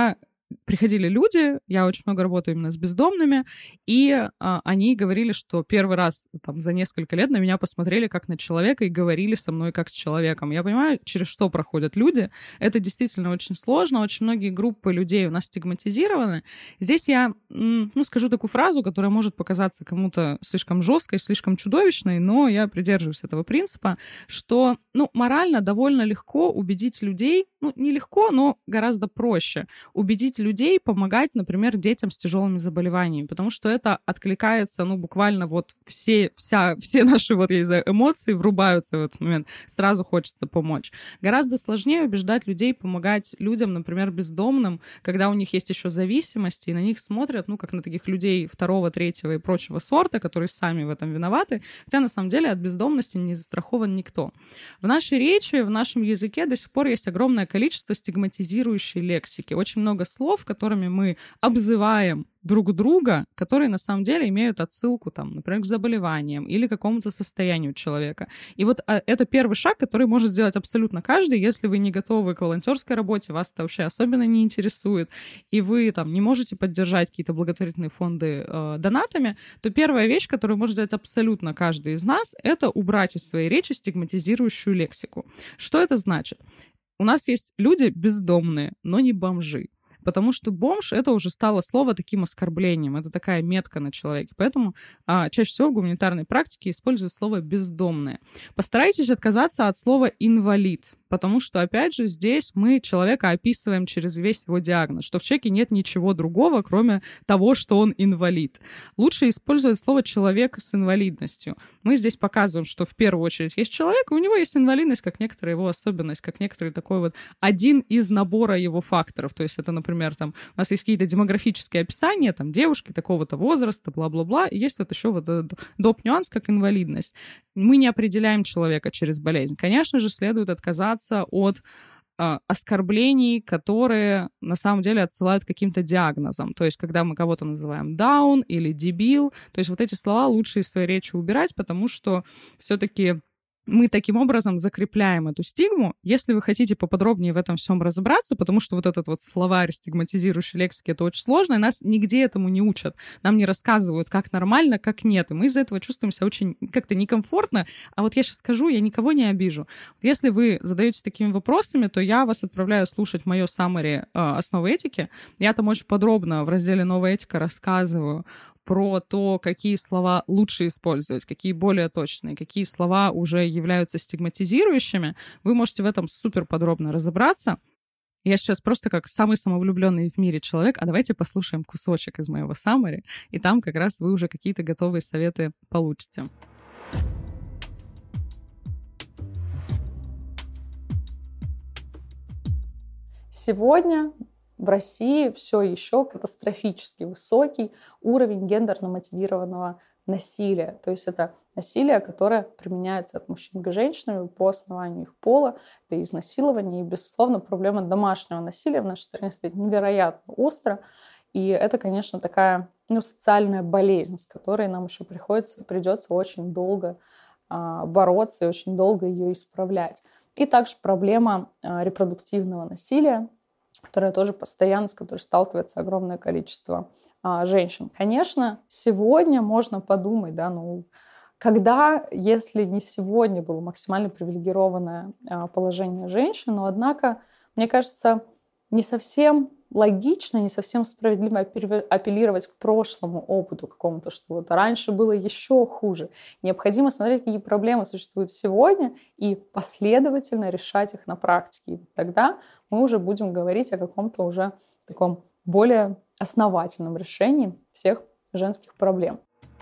приходили люди, я очень много работаю именно с бездомными, и а, они говорили, что первый раз там, за несколько лет на меня посмотрели как на человека и говорили со мной как с человеком. Я понимаю, через что проходят люди. Это действительно очень сложно. Очень многие группы людей у нас стигматизированы. Здесь я ну, скажу такую фразу, которая может показаться кому-то слишком жесткой, слишком чудовищной, но я придерживаюсь этого принципа, что ну, морально довольно легко убедить людей, ну, нелегко, но гораздо проще убедить людей помогать, например, детям с тяжелыми заболеваниями, потому что это откликается, ну, буквально вот все, вся, все наши вот, я не знаю, эмоции врубаются в этот момент, сразу хочется помочь. Гораздо сложнее убеждать людей помогать людям, например, бездомным, когда у них есть еще зависимости, и на них смотрят, ну, как на таких людей второго, третьего и прочего сорта, которые сами в этом виноваты, хотя на самом деле от бездомности не застрахован никто. В нашей речи, в нашем языке до сих пор есть огромное количество стигматизирующей лексики, очень много слов, которыми мы обзываем друг друга, которые на самом деле имеют отсылку, там, например, к заболеваниям или к какому-то состоянию человека. И вот а, это первый шаг, который может сделать абсолютно каждый, если вы не готовы к волонтерской работе, вас это вообще особенно не интересует, и вы там не можете поддержать какие-то благотворительные фонды э, донатами, то первая вещь, которую может сделать абсолютно каждый из нас, это убрать из своей речи стигматизирующую лексику. Что это значит? У нас есть люди бездомные, но не бомжи. Потому что бомж — это уже стало слово таким оскорблением, это такая метка на человеке. Поэтому а, чаще всего в гуманитарной практике используют слово «бездомные». Постарайтесь отказаться от слова «инвалид», потому что, опять же, здесь мы человека описываем через весь его диагноз, что в человеке нет ничего другого, кроме того, что он инвалид. Лучше использовать слово «человек с инвалидностью». Мы здесь показываем, что в первую очередь есть человек, и у него есть инвалидность, как некоторая его особенность, как некоторый такой вот один из набора его факторов. То есть это, например, там у нас есть какие-то демографические описания, там девушки такого-то возраста, бла-бла-бла, и есть вот еще вот доп. Нюанс, как инвалидность. Мы не определяем человека через болезнь. Конечно же, следует отказаться от э, оскорблений, которые на самом деле отсылают к каким-то диагнозам. То есть, когда мы кого-то называем даун или дебил, то есть вот эти слова лучше из своей речи убирать, потому что все-таки мы таким образом закрепляем эту стигму. Если вы хотите поподробнее в этом всем разобраться, потому что вот этот вот словарь стигматизирующей лексики — это очень сложно, и нас нигде этому не учат. Нам не рассказывают, как нормально, как нет. И мы из-за этого чувствуем себя очень как-то некомфортно. А вот я сейчас скажу, я никого не обижу. Если вы задаетесь такими вопросами, то я вас отправляю слушать мое summary э, «Основы этики». Я там очень подробно в разделе «Новая этика» рассказываю про то, какие слова лучше использовать, какие более точные, какие слова уже являются стигматизирующими. Вы можете в этом супер подробно разобраться. Я сейчас просто как самый самовлюбленный в мире человек, а давайте послушаем кусочек из моего summary, и там как раз вы уже какие-то готовые советы получите. Сегодня в России все еще катастрофически высокий уровень гендерно мотивированного насилия. То есть это насилие, которое применяется от мужчин к женщинам по основанию их пола, это изнасилование. И, безусловно, проблема домашнего насилия в нашей стране стоит невероятно остро. И это, конечно, такая ну, социальная болезнь, с которой нам еще приходится, придется очень долго а, бороться и очень долго ее исправлять. И также проблема а, репродуктивного насилия, которая тоже постоянно, с которой сталкивается огромное количество а, женщин. Конечно, сегодня можно подумать, да, ну, когда, если не сегодня было максимально привилегированное а, положение женщин, но, однако, мне кажется, не совсем логично, не совсем справедливо апеллировать к прошлому опыту какому-то, что вот раньше было еще хуже. Необходимо смотреть, какие проблемы существуют сегодня, и последовательно решать их на практике. И тогда мы уже будем говорить о каком-то уже таком более основательном решении всех женских проблем.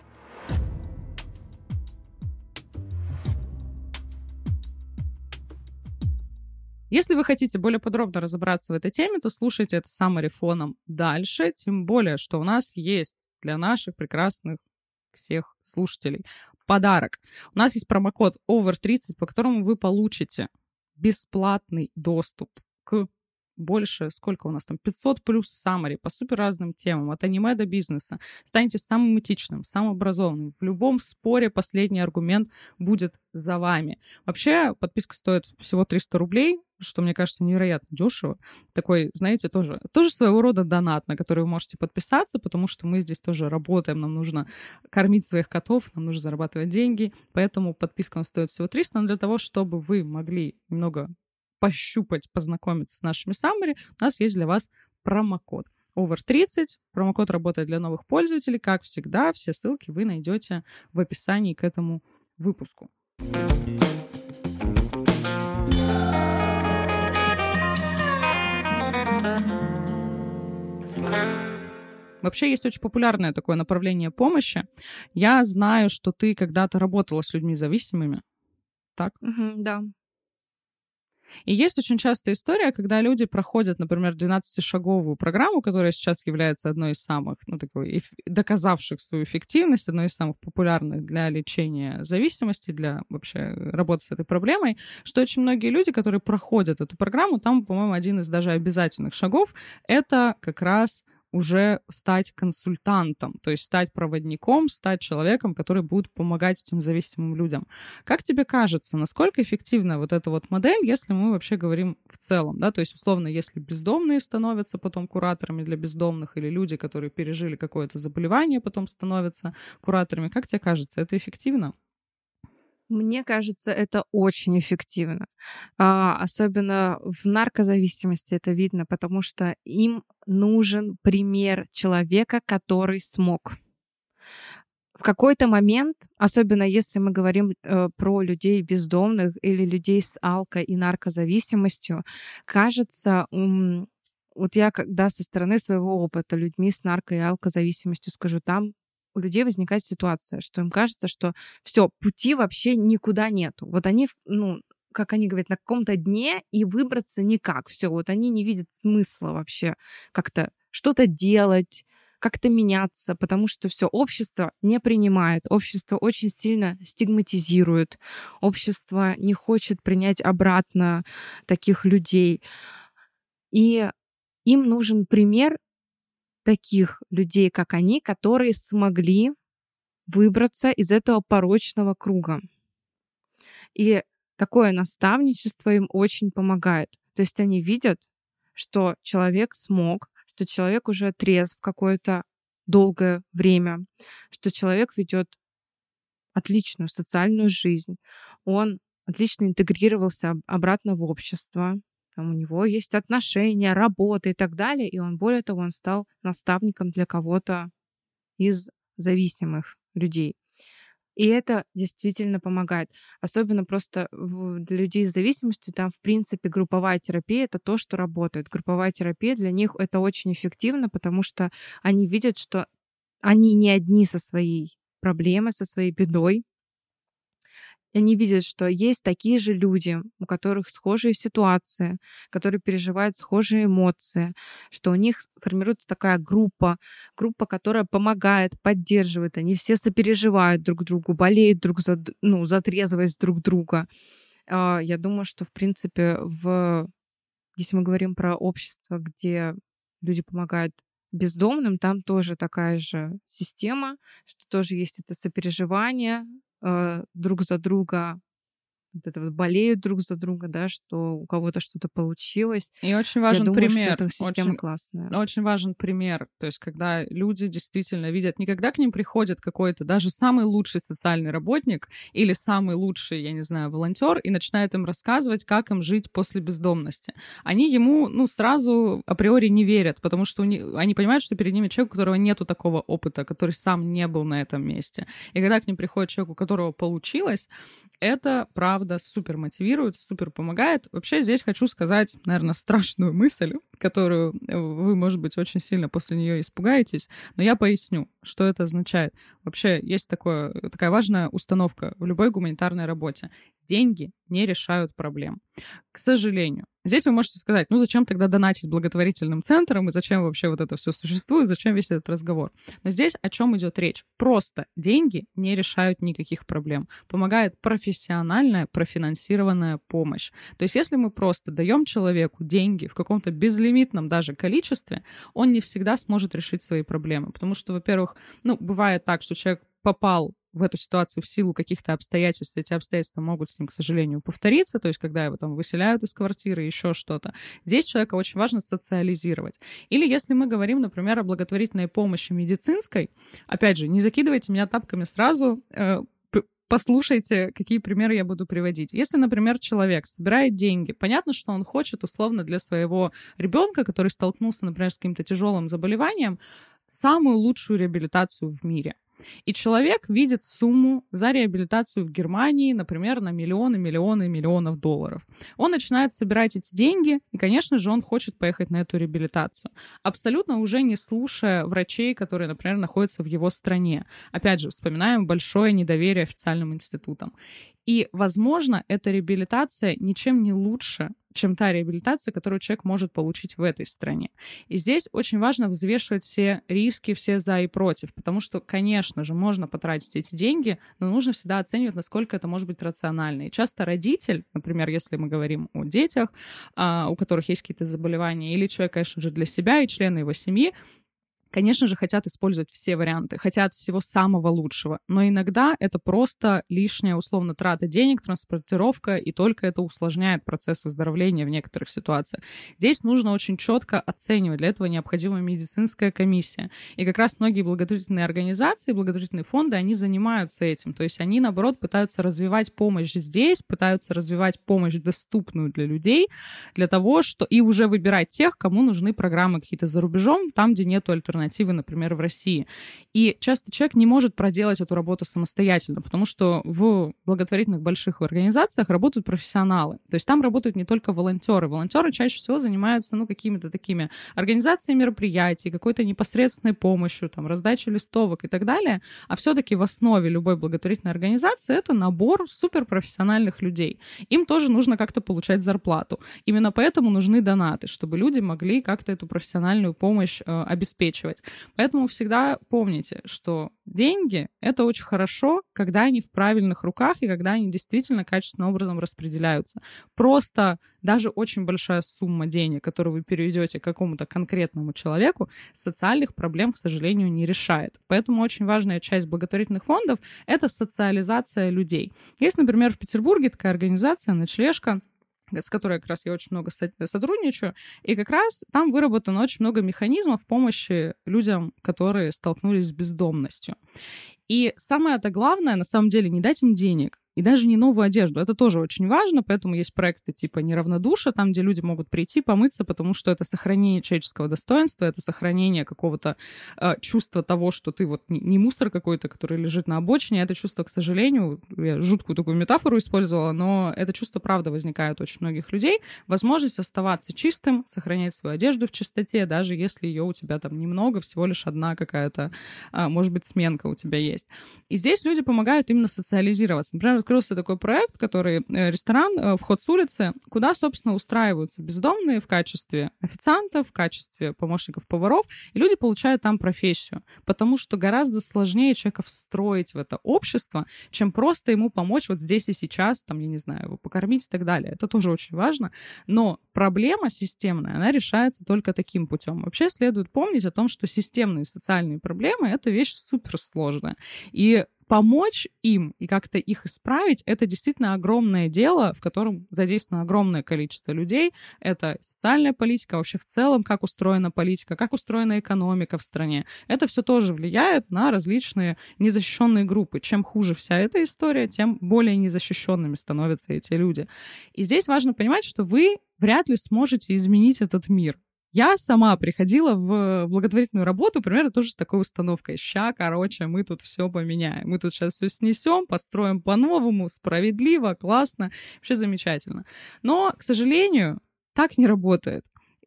Если вы хотите более подробно разобраться в этой теме, то слушайте это summary фоном дальше, тем более, что у нас есть для наших прекрасных всех слушателей подарок. У нас есть промокод овер тридцать, по которому вы получите бесплатный доступ к больше, сколько у нас там, пятьсот плюс саммари по супер разным темам, от аниме до бизнеса. Станете самым этичным, самым образованным. В любом споре последний аргумент будет за вами. Вообще, подписка стоит всего триста рублей, что, мне кажется, невероятно дешево. Такой, знаете, тоже, тоже своего рода донат, на который вы можете подписаться, потому что мы здесь тоже работаем, нам нужно кормить своих котов, нам нужно зарабатывать деньги, поэтому подписка стоит всего триста, но для того, чтобы вы могли немного пощупать, познакомиться с нашими саммари, у нас есть для вас промокод овер тридцать. Промокод работает для новых пользователей. Как всегда, все ссылки вы найдете в описании к этому выпуску. Вообще есть очень популярное такое направление помощи. Я знаю, что ты когда-то работала с людьми зависимыми. Так? Угу, да. И есть очень частая история, когда люди проходят, например, двенадцатишаговую программу, которая сейчас является одной из самых, ну, такой, эф- доказавших свою эффективность, одной из самых популярных для лечения зависимости, для вообще работы с этой проблемой, что очень многие люди, которые проходят эту программу, там, по-моему, один из даже обязательных шагов, это как раз уже стать консультантом, то есть стать проводником, стать человеком, который будет помогать этим зависимым людям. Как тебе кажется, насколько эффективна вот эта вот модель, если мы вообще говорим в целом, да, то есть условно, если бездомные становятся потом кураторами для бездомных, или люди, которые пережили какое-то заболевание, потом становятся кураторами, как тебе кажется, это эффективно? Мне кажется, это очень эффективно. А, особенно в наркозависимости это видно, потому что им нужен пример человека, который смог. В какой-то момент, особенно если мы говорим э, про людей бездомных или людей с алко- и наркозависимостью, кажется, м, вот я когда со стороны своего опыта людьми с нарко- и алкозависимостью скажу, там у людей возникает ситуация, что им кажется, что все, пути вообще никуда нету. Вот они, ну, как они говорят, на каком-то дне и выбраться никак. Все, вот они не видят смысла вообще как-то что-то делать, как-то меняться, потому что все, общество не принимает, общество очень сильно стигматизирует, общество не хочет принять обратно таких людей. И им нужен пример таких людей, как они, которые смогли выбраться из этого порочного круга. И такое наставничество им очень помогает. То есть они видят, что человек смог, что человек уже трезв какое-то долгое время, что человек ведет отличную социальную жизнь, он отлично интегрировался обратно в общество, там у него есть отношения, работа и так далее, и он, более того, он стал наставником для кого-то из зависимых людей. И это действительно помогает. Особенно просто для людей с зависимостью, там, в принципе, групповая терапия — это то, что работает. Групповая терапия для них — это очень эффективно, потому что они видят, что они не одни со своей проблемой, со своей бедой. И они видят, что есть такие же люди, у которых схожие ситуации, которые переживают схожие эмоции, что у них формируется такая группа, группа, которая помогает, поддерживает. Они все сопереживают друг другу, болеют друг за, ну, за трезвость друг друга. Я думаю, что, в принципе, в... если мы говорим про общество, где люди помогают бездомным, там тоже такая же система, что тоже есть это сопереживание друг за друга, вот это вот болеют друг за друга, да, что у кого-то что-то получилось. И очень важен Я думаю, пример. Что эта система очень, классная. Очень важен пример. То есть, когда люди действительно видят, не когда к ним приходит какой-то даже самый лучший социальный работник или самый лучший, я не знаю, волонтер и начинает им рассказывать, как им жить после бездомности. Они ему, ну, сразу априори не верят, потому что них, они понимают, что перед ними человек, у которого нету такого опыта, который сам не был на этом месте. И когда к ним приходит человек, у которого получилось, это, правда, супер мотивирует, супер помогает. Вообще здесь хочу сказать, наверное, страшную мысль, которую вы, может быть, очень сильно после нее испугаетесь, но я поясню, что это означает. Вообще есть такое, такая важная установка в любой гуманитарной работе. деньги не решают проблем. К сожалению. Здесь вы можете сказать, ну зачем тогда донатить благотворительным центрам и зачем вообще вот это все существует, зачем весь этот разговор. Но здесь о чем идет речь? Просто деньги не решают никаких проблем. Помогает профессиональная, профинансированная помощь. То есть если мы просто даем человеку деньги в каком-то безлимитном даже количестве, он не всегда сможет решить свои проблемы. Потому что, во-первых, ну, бывает так, что человек попал в эту ситуацию в силу каких-то обстоятельств, эти обстоятельства могут с ним, к сожалению, повториться, то есть когда его там выселяют из квартиры, еще что-то. Здесь человека очень важно социализировать. Или если мы говорим, например, о благотворительной помощи медицинской, опять же, не закидывайте меня тапками сразу, э, послушайте, какие примеры я буду приводить. Если, например, человек собирает деньги, понятно, что он хочет условно для своего ребенка, который столкнулся, например, с каким-то тяжелым заболеванием, самую лучшую реабилитацию в мире. И человек видит сумму за реабилитацию в Германии, например, на миллионы, миллионы, миллионов долларов. Он начинает собирать эти деньги, и, конечно же, он хочет поехать на эту реабилитацию. Абсолютно уже не слушая врачей, которые, например, находятся в его стране. Опять же, вспоминаем большое недоверие официальным институтам. И, возможно, эта реабилитация ничем не лучше, чем та реабилитация, которую человек может получить в этой стране. И здесь очень важно взвешивать все риски, все за и против, потому что, конечно же, можно потратить эти деньги, но нужно всегда оценивать, насколько это может быть рационально. И часто родитель, например, если мы говорим о детях, у которых есть какие-то заболевания, или человек, конечно же, для себя и члены его семьи, конечно же, хотят использовать все варианты, хотят всего самого лучшего. Но иногда это просто лишняя, условно, трата денег, транспортировка, и только это усложняет процесс выздоровления в некоторых ситуациях. Здесь нужно очень четко оценивать. Для этого необходима медицинская комиссия. И как раз многие благотворительные организации, благотворительные фонды, они занимаются этим. То есть они, наоборот, пытаются развивать помощь здесь, пытаются развивать помощь, доступную для людей, для того, что и уже выбирать тех, кому нужны программы какие-то за рубежом, там, где нету альтернатив. Например, в России. И часто человек не может проделать эту работу самостоятельно, потому что в благотворительных больших организациях работают профессионалы. То есть там работают не только волонтеры. Волонтеры чаще всего занимаются, ну, какими-то такими организацией мероприятий, какой-то непосредственной помощью, там, раздачей листовок и так далее. А все-таки в основе любой благотворительной организации это набор суперпрофессиональных людей. Им тоже нужно как-то получать зарплату. Именно поэтому нужны донаты, чтобы люди могли как-то эту профессиональную помощь э, обеспечивать. Поэтому всегда помните, что деньги — это очень хорошо, когда они в правильных руках и когда они действительно качественным образом распределяются. Просто даже очень большая сумма денег, которую вы переведете к какому-то конкретному человеку, социальных проблем, к сожалению, не решает. Поэтому очень важная часть благотворительных фондов — это социализация людей. Есть, например, в Петербурге такая организация «Ночлежка», с которой как раз я очень много сотрудничаю, и как раз там выработано очень много механизмов помощи людям, которые столкнулись с бездомностью. И самое-то главное, на самом деле, не дать им денег, и даже не новую одежду. Это тоже очень важно, поэтому есть проекты типа «Неравнодушие», там, где люди могут прийти, помыться, потому что это сохранение человеческого достоинства, это сохранение какого-то э, чувства того, что ты вот не, не мусор какой-то, который лежит на обочине. Это чувство, к сожалению, я жуткую такую метафору использовала, но это чувство, правда, возникает у очень многих людей. Возможность оставаться чистым, сохранять свою одежду в чистоте, даже если ее у тебя там немного, всего лишь одна какая-то, э, может быть, сменка у тебя есть. И здесь люди помогают именно социализироваться. Например, открылся такой проект, который ресторан «Вход с улицы», куда, собственно, устраиваются бездомные в качестве официантов, в качестве помощников поваров, и люди получают там профессию, потому что гораздо сложнее человека встроить в это общество, чем просто ему помочь вот здесь и сейчас, там, я не знаю, его покормить и так далее. Это тоже очень важно, но проблема системная, она решается только таким путем. Вообще следует помнить о том, что системные социальные проблемы — это вещь суперсложная, и помочь им и как-то их исправить — это действительно огромное дело, в котором задействовано огромное количество людей. Это социальная политика, вообще в целом, как устроена политика, как устроена экономика в стране. Это все тоже влияет на различные незащищенные группы. Чем хуже вся эта история, тем более незащищенными становятся эти люди. И здесь важно понимать, что вы вряд ли сможете изменить этот мир. Я сама приходила в благотворительную работу примерно тоже с такой установкой. Ща, короче, мы тут все поменяем. Мы тут сейчас все снесем, построим по-новому, справедливо, классно, вообще замечательно. Но, к сожалению, так не работает.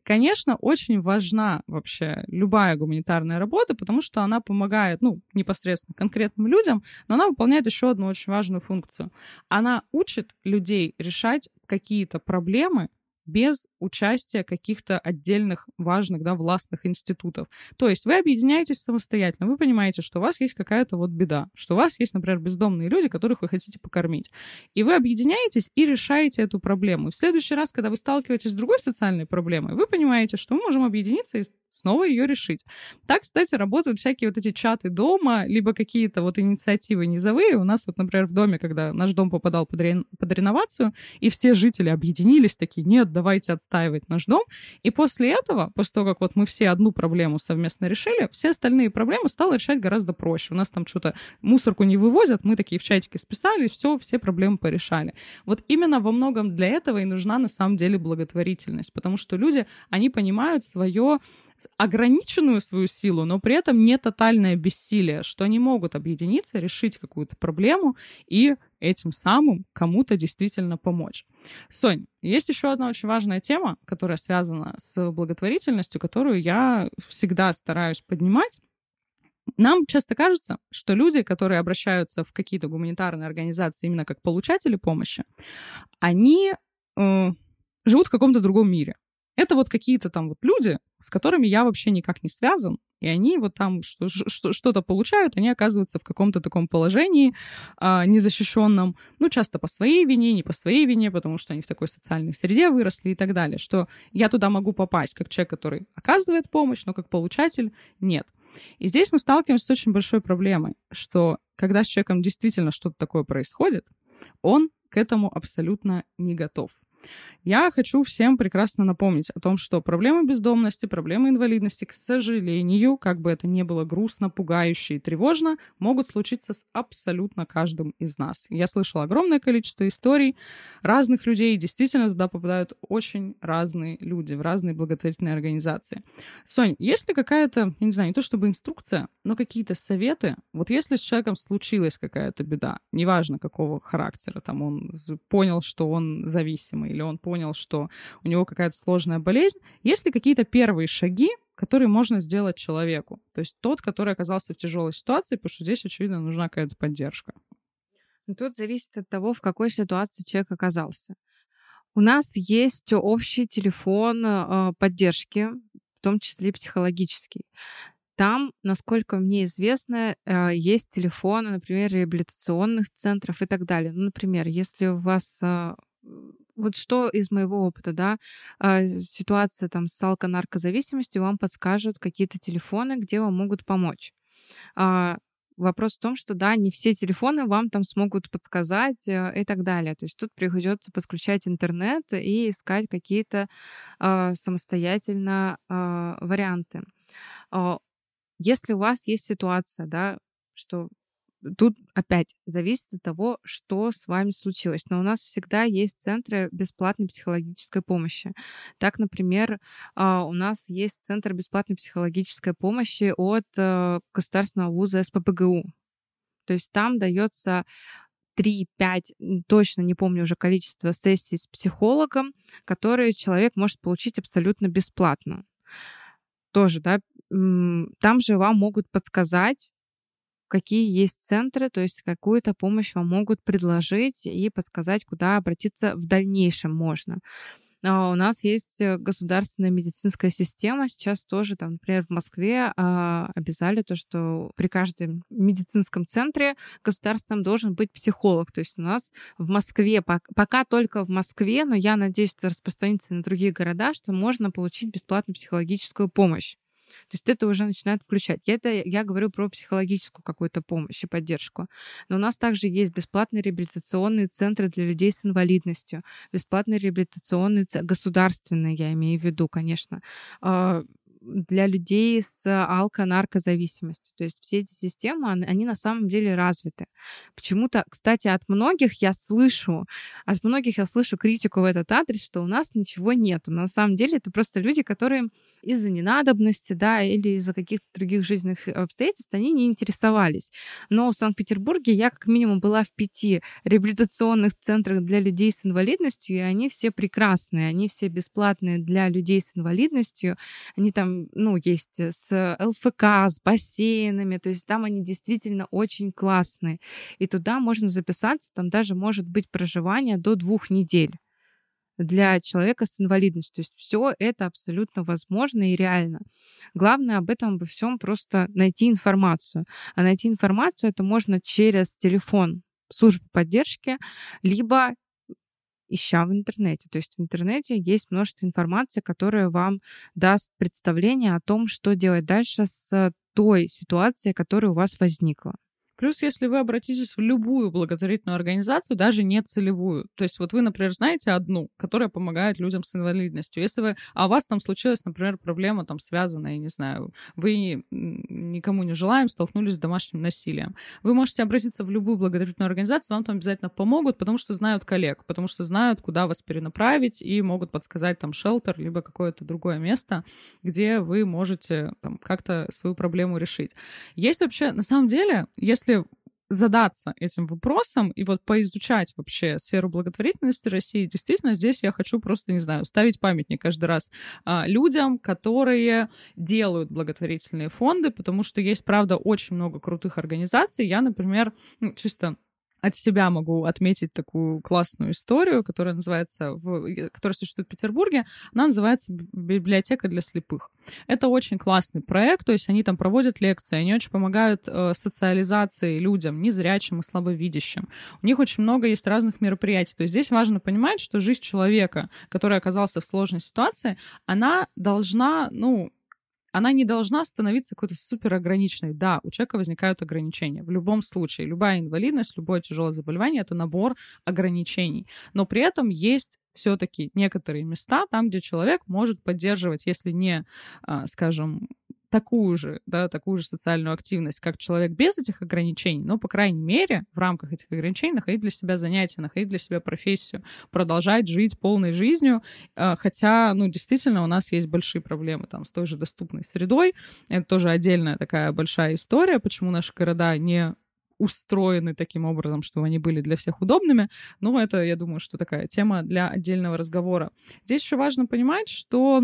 Конечно, очень важна вообще любая гуманитарная работа, потому что она помогает, ну, непосредственно конкретным людям, но она выполняет еще одну очень важную функцию. Она учит людей решать какие-то проблемы без участия каких-то отдельных важных, да, властных институтов. То есть вы объединяетесь самостоятельно, вы понимаете, что у вас есть какая-то вот беда, что у вас есть, например, бездомные люди, которых вы хотите покормить. И вы объединяетесь и решаете эту проблему. И в следующий раз, когда вы сталкиваетесь с другой социальной проблемой, вы понимаете, что мы можем объединиться и снова ее решить. Так, кстати, работают всякие вот эти чаты дома, либо какие-то вот инициативы низовые. У нас вот, например, в доме, когда наш дом попадал под, ре... под реновацию, и все жители объединились, такие, нет, давайте отстаивать наш дом. И после этого, после того, как вот мы все одну проблему совместно решили, все остальные проблемы стало решать гораздо проще. У нас там что-то мусорку не вывозят, мы такие в чатике списали, все, все проблемы порешали. Вот именно во многом для этого и нужна на самом деле благотворительность, потому что люди, они понимают свое ограниченную свою силу, но при этом не тотальное бессилие, что они могут объединиться, решить какую-то проблему и этим самым кому-то действительно помочь. Сонь, есть еще одна очень важная тема, которая связана с благотворительностью, которую я всегда стараюсь поднимать. Нам часто кажется, что люди, которые обращаются в какие-то гуманитарные организации именно как получатели помощи, они э, живут в каком-то другом мире. Это вот какие-то там вот люди, с которыми я вообще никак не связан, и они вот там что- что- что-то получают, они оказываются в каком-то таком положении а, незащищенном, ну, часто по своей вине, не по своей вине, потому что они в такой социальной среде выросли и так далее, что я туда могу попасть как человек, который оказывает помощь, но как получатель нет. И здесь мы сталкиваемся с очень большой проблемой, что когда с человеком действительно что-то такое происходит, он к этому абсолютно не готов. Я хочу всем прекрасно напомнить о том, что проблемы бездомности, проблемы инвалидности, к сожалению, как бы это ни было грустно, пугающе и тревожно, могут случиться с абсолютно каждым из нас. Я слышала огромное количество историй разных людей, и действительно туда попадают очень разные люди в разные благотворительные организации. Сонь, есть ли какая-то, я не знаю, не то чтобы инструкция, но какие-то советы, вот если с человеком случилась какая-то беда, неважно какого характера, там он понял, что он зависимый, или он понял, что у него какая-то сложная болезнь, есть ли какие-то первые шаги, которые можно сделать человеку? То есть тот, который оказался в тяжелой ситуации, потому что здесь, очевидно, нужна какая-то поддержка. Тут зависит от того, в какой ситуации человек оказался. У нас есть общий телефон э, поддержки, в том числе психологический. Там, насколько мне известно, э, есть телефоны, например, реабилитационных центров и так далее. Ну, например, если у вас... Э, Вот что из моего опыта, да, э, ситуация там с алко-наркозависимостью, вам подскажут какие-то телефоны, где вам могут помочь. А, Вопрос в том, что, да, не все телефоны вам там смогут подсказать э, и так далее. То есть тут придется подключать интернет и искать какие-то э, самостоятельно э, варианты. Э, Если у вас есть ситуация, да, что тут опять зависит от того, что с вами случилось. Но у нас всегда есть центры бесплатной психологической помощи. Так, например, а, у нас есть центр бесплатной психологической помощи от э, Государственного вуза эс пэ пэ гэ у. То есть там дается три-пять, точно не помню уже количество сессий с психологом, которые человек может получить абсолютно бесплатно. Тоже, да, там же вам могут подсказать, какие есть центры, то есть какую-то помощь вам могут предложить и подсказать, куда обратиться в дальнейшем можно. А у нас есть государственная медицинская система. Сейчас тоже, там, например, в Москве а, обязали то, что при каждом медицинском центре государственном должен быть психолог. То есть у нас в Москве, пока только в Москве, но я надеюсь, это распространится на другие города, что можно получить бесплатную психологическую помощь. То есть это уже начинает включать. Я, это, я говорю про психологическую какую-то помощь и поддержку. Но у нас также есть бесплатные реабилитационные центры для людей с инвалидностью, бесплатные реабилитационные центры, государственные, я имею в виду, конечно, для людей с алко-наркозависимостью. То есть все эти системы, они на самом деле развиты. Почему-то, кстати, от многих я слышу, от многих я слышу критику в этот адрес, что у нас ничего нет. Но на самом деле это просто люди, которые из-за ненадобности, да, или из-за каких-то других жизненных обстоятельств, они не интересовались. Но в Санкт-Петербурге я как минимум была в пяти реабилитационных центрах для людей с инвалидностью, и они все прекрасные, они все бесплатные для людей с инвалидностью. Они там, ну, есть с ЛФК, с бассейнами, то есть там они действительно очень классные. И туда можно записаться, там даже может быть проживание до двух недель для человека с инвалидностью. То есть все это абсолютно возможно и реально. Главное об этом обо всем просто найти информацию. А найти информацию это можно через телефон службы поддержки, либо ища в интернете. То есть в интернете есть множество информации, которая вам даст представление о том, что делать дальше с той ситуацией, которая у вас возникла. Плюс, если вы обратитесь в любую благотворительную организацию, даже не целевую, то есть вот вы, например, знаете одну, которая помогает людям с инвалидностью, если вы, а у вас там случилась, например, проблема там связанная, я не знаю, вы никому не желаем, столкнулись с домашним насилием, вы можете обратиться в любую благотворительную организацию, вам там обязательно помогут, потому что знают коллег, потому что знают, куда вас перенаправить и могут подсказать там шелтер, либо какое-то другое место, где вы можете там как-то свою проблему решить. Есть вообще, на самом деле, если Если задаться этим вопросом и вот поизучать вообще сферу благотворительности России, действительно, здесь я хочу просто, не знаю, ставить памятник каждый раз а, людям, которые делают благотворительные фонды, потому что есть, правда, очень много крутых организаций. Я, например, ну, чисто от себя могу отметить такую классную историю, которая называется, в, которая существует в Петербурге. Она называется «Библиотека для слепых». Это очень классный проект, то есть они там проводят лекции, они очень помогают э, социализации людям, незрячим и слабовидящим. У них очень много есть разных мероприятий. То есть здесь важно понимать, что жизнь человека, который оказался в сложной ситуации, она должна, ну, она не должна становиться какой-то супер ограниченной. Да, у человека возникают ограничения. В любом случае, любая инвалидность, любое тяжелое заболевание — это набор ограничений. Но при этом есть все-таки некоторые места, там, где человек может поддерживать, если не, скажем, такую же, да, такую же социальную активность, как человек без этих ограничений, но, по крайней мере, в рамках этих ограничений находить для себя занятия, находить для себя профессию, продолжать жить полной жизнью, хотя, ну, действительно, у нас есть большие проблемы там с той же доступной средой. Это тоже отдельная такая большая история, почему наши города не устроены таким образом, чтобы они были для всех удобными. Но это, я думаю, что такая тема для отдельного разговора. Здесь еще важно понимать, что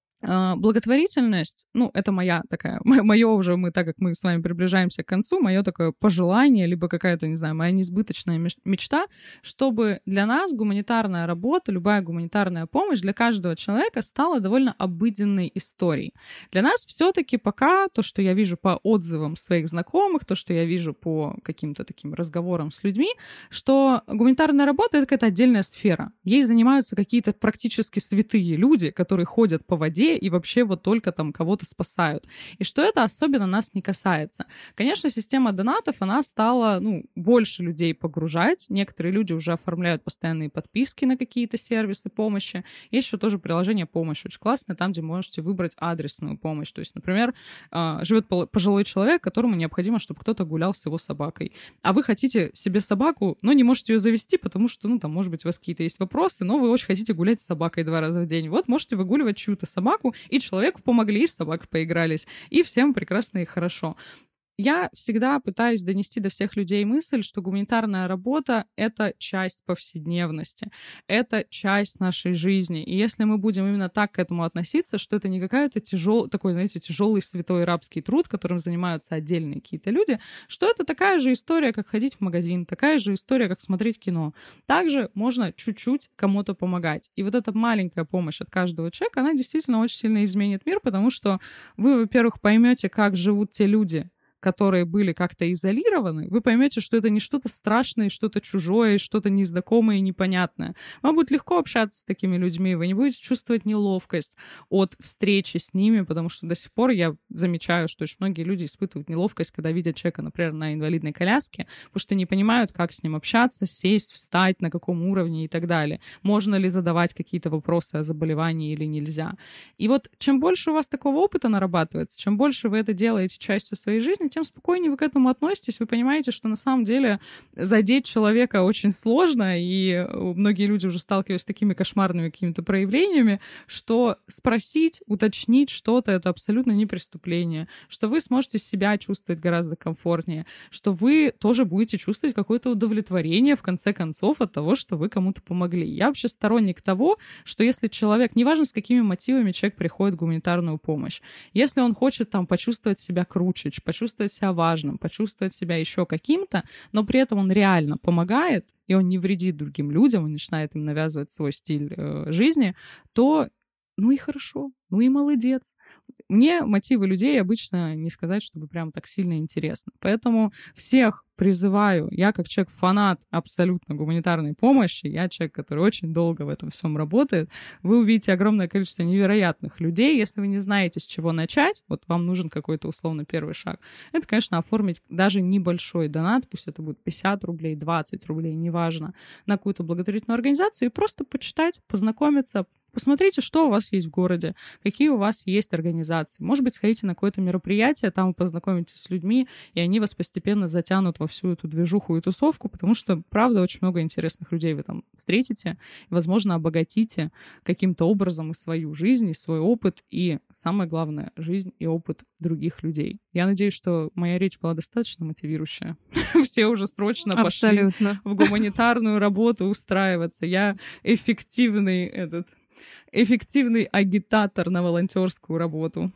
благотворительность, ну, это моя такая, мое уже, мы, так как мы с вами приближаемся к концу, мое такое пожелание, либо какая-то, не знаю, моя несбыточная мечта, чтобы для нас гуманитарная работа, любая гуманитарная помощь для каждого человека стала довольно обыденной историей. Для нас все-таки пока то, что я вижу по отзывам своих знакомых, то, что я вижу по каким-то таким разговорам с людьми, что гуманитарная работа — это какая-то отдельная сфера. Ей занимаются какие-то практически святые люди, которые ходят по воде и вообще вот только там кого-то спасают. И что это особенно нас не касается. Конечно, система донатов, она стала, ну, больше людей погружать. Некоторые люди уже оформляют постоянные подписки на какие-то сервисы помощи. Есть еще тоже приложение «Помощь» очень классное, там, где можете выбрать адресную помощь. То есть, например, живет пожилой человек, которому необходимо, чтобы кто-то гулял с его собакой. А вы хотите себе собаку, но не можете ее завести, потому что, ну, там, может быть, у вас какие-то есть вопросы, но вы очень хотите гулять с собакой два раза в день. Вот можете выгуливать чью-то собаку, и человеку помогли, и с собакой поигрались, и всем прекрасно и хорошо. Я всегда пытаюсь донести до всех людей мысль, что гуманитарная работа — это часть повседневности, это часть нашей жизни. И если мы будем именно так к этому относиться, что это не какая-то тяжелый, такой, знаете, тяжелый святой рабский труд, которым занимаются отдельные какие-то люди, что это такая же история, как ходить в магазин, такая же история, как смотреть кино. Также можно чуть-чуть кому-то помогать. И вот эта маленькая помощь от каждого человека, она действительно очень сильно изменит мир, потому что вы, во-первых, поймете, как живут те люди, которые были как-то изолированы, вы поймете, что это не что-то страшное, что-то чужое, что-то незнакомое и непонятное. Вам будет легко общаться с такими людьми, вы не будете чувствовать неловкость от встречи с ними, потому что до сих пор я замечаю, что очень многие люди испытывают неловкость, когда видят человека, например, на инвалидной коляске, потому что не понимают, как с ним общаться, сесть, встать, на каком уровне и так далее. Можно ли задавать какие-то вопросы о заболевании или нельзя. И вот чем больше у вас такого опыта нарабатывается, чем больше вы это делаете частью своей жизни, тем спокойнее вы к этому относитесь. Вы понимаете, что на самом деле задеть человека очень сложно, и многие люди уже сталкиваются с такими кошмарными какими-то проявлениями, что спросить, уточнить что-то — это абсолютно не преступление, что вы сможете себя чувствовать гораздо комфортнее, что вы тоже будете чувствовать какое-то удовлетворение, в конце концов, от того, что вы кому-то помогли. Я вообще сторонник того, что если человек, неважно, с какими мотивами человек приходит в гуманитарную помощь, если он хочет там почувствовать себя круче, почувствовать себя важным, почувствовать себя еще каким-то, но при этом он реально помогает, и он не вредит другим людям, он начинает им навязывать свой стиль э, жизни, то ну и хорошо, ну и молодец. Мне мотивы людей обычно не сказать, чтобы прям так сильно интересно. Поэтому всех призываю, я как человек-фанат абсолютно гуманитарной помощи, я человек, который очень долго в этом всем работает, вы увидите огромное количество невероятных людей. Если вы не знаете, с чего начать, вот вам нужен какой-то условно первый шаг, это, конечно, оформить даже небольшой донат, пусть это будет пятьдесят рублей, двадцать рублей, неважно, на какую-то благотворительную организацию и просто почитать, познакомиться. Посмотрите, что у вас есть в городе, какие у вас есть организации. Может быть, сходите на какое-то мероприятие, там вы познакомитесь с людьми, и они вас постепенно затянут во всю эту движуху и тусовку, потому что, правда, очень много интересных людей вы там встретите, и, возможно, обогатите каким-то образом и свою жизнь, и свой опыт, и, самое главное, жизнь и опыт других людей. Я надеюсь, что моя речь была достаточно мотивирующая. Все уже срочно пошли в гуманитарную работу устраиваться. Я эффективный этот... эффективный агитатор на волонтерскую работу.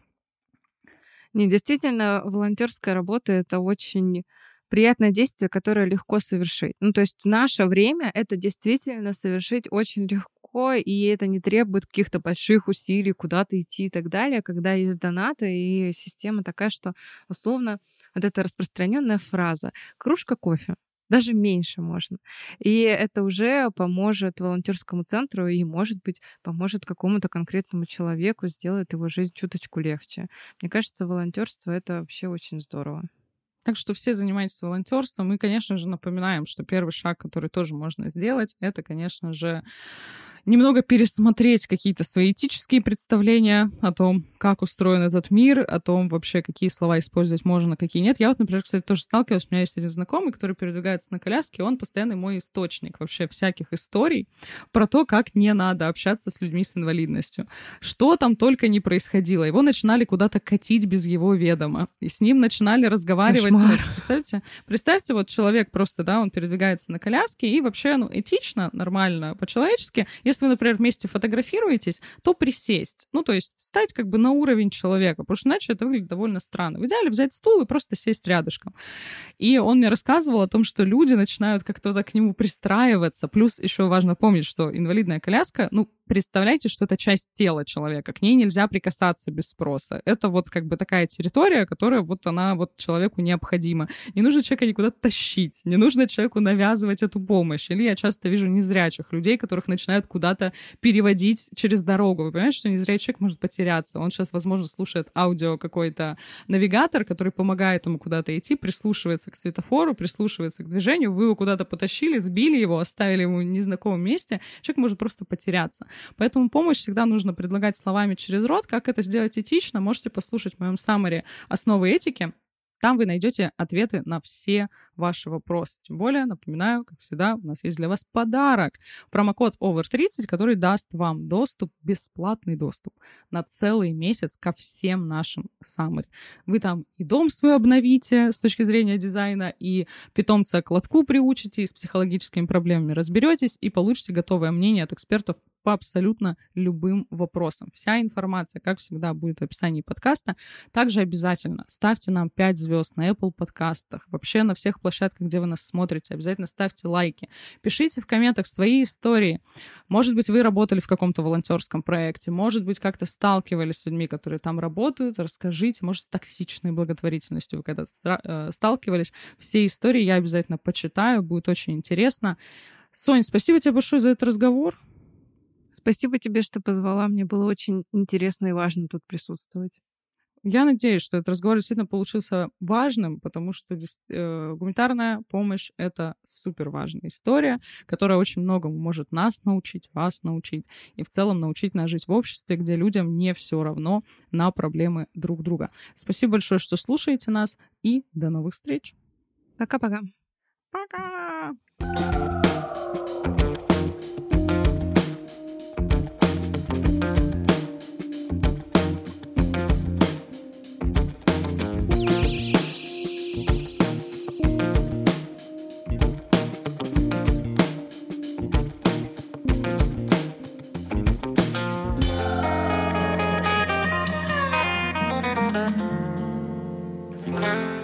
Не, действительно, волонтерская работа — это очень приятное действие, которое легко совершить. Ну, то есть в наше время это действительно совершить очень легко, и это не требует каких-то больших усилий куда-то идти и так далее, когда есть донаты, и система такая, что, условно, вот эта распространенная фраза «кружка кофе». Даже меньше можно. И это уже поможет волонтерскому центру и, может быть, поможет какому-то конкретному человеку, сделает его жизнь чуточку легче. Мне кажется, волонтерство — это вообще очень здорово. Так что все занимайтесь волонтерством. И, конечно же, напоминаем, что первый шаг, который тоже можно сделать, это, конечно же, немного пересмотреть какие-то свои этические представления о том, как устроен этот мир, о том вообще, какие слова использовать можно, какие нет. Я вот, например, кстати, тоже сталкивалась, у меня есть один знакомый, который передвигается на коляске, он постоянный мой источник вообще всяких историй про то, как не надо общаться с людьми с инвалидностью. Что там только не происходило. Его начинали куда-то катить без его ведома, и с ним начинали разговаривать. Кошмар. Представьте, представьте, вот человек просто, да, он передвигается на коляске, и вообще, ну, этично, нормально, по-человечески, если вы, например, вместе фотографируетесь, то присесть. Ну, то есть встать как бы на уровень человека, потому что иначе это выглядит довольно странно. В идеале взять стул и просто сесть рядышком. И он мне рассказывал о том, что люди начинают как-то так к нему пристраиваться. Плюс еще важно помнить, что инвалидная коляска, ну, представляете, что это часть тела человека, к ней нельзя прикасаться без спроса. Это вот как бы такая территория, которая вот она вот человеку необходима. Не нужно человека никуда тащить, не нужно человеку навязывать эту помощь. Или я часто вижу незрячих людей, которых начинают куда-то переводить через дорогу. Вы понимаете, что незрячий человек может потеряться. Он сейчас, возможно, слушает аудио какой-то навигатор, который помогает ему куда-то идти, прислушивается к светофору, прислушивается к движению. Вы его куда-то потащили, сбили его, оставили ему в незнакомом месте. Человек может просто потеряться. Поэтому помощь всегда нужно предлагать словами через рот. Как это сделать этично, можете послушать в моем саммари «Основы этики». Там вы найдете ответы на все ваши вопросы. Тем более, напоминаю, как всегда, у нас есть для вас подарок. Промокод овер тридцать, который даст вам доступ, бесплатный доступ на целый месяц ко всем нашим саммари. Вы там и дом свой обновите с точки зрения дизайна, и питомца к лотку приучите, и с психологическими проблемами разберетесь, и получите готовое мнение от экспертов по абсолютно любым вопросам. Вся информация, как всегда, будет в описании подкаста. Также обязательно ставьте нам пять звезд на Apple подкастах, вообще на всех площадках, где вы нас смотрите. Обязательно ставьте лайки. Пишите в комментах свои истории. Может быть, вы работали в каком-то волонтерском проекте, может быть, как-то сталкивались с людьми, которые там работают. Расскажите, может, с токсичной благотворительностью вы когда-то сталкивались. Все истории я обязательно почитаю, будет очень интересно. Сонь, спасибо тебе большое за этот разговор. Спасибо тебе, что позвала. Мне было очень интересно и важно тут присутствовать. Я надеюсь, что этот разговор действительно получился важным, потому что э, гуманитарная помощь — это супер важная история, которая очень многому может нас научить, вас научить и в целом научить нас жить в обществе, где людям не все равно на проблемы друг друга. Спасибо большое, что слушаете нас, и до новых встреч. Пока-пока. Пока! Thank you.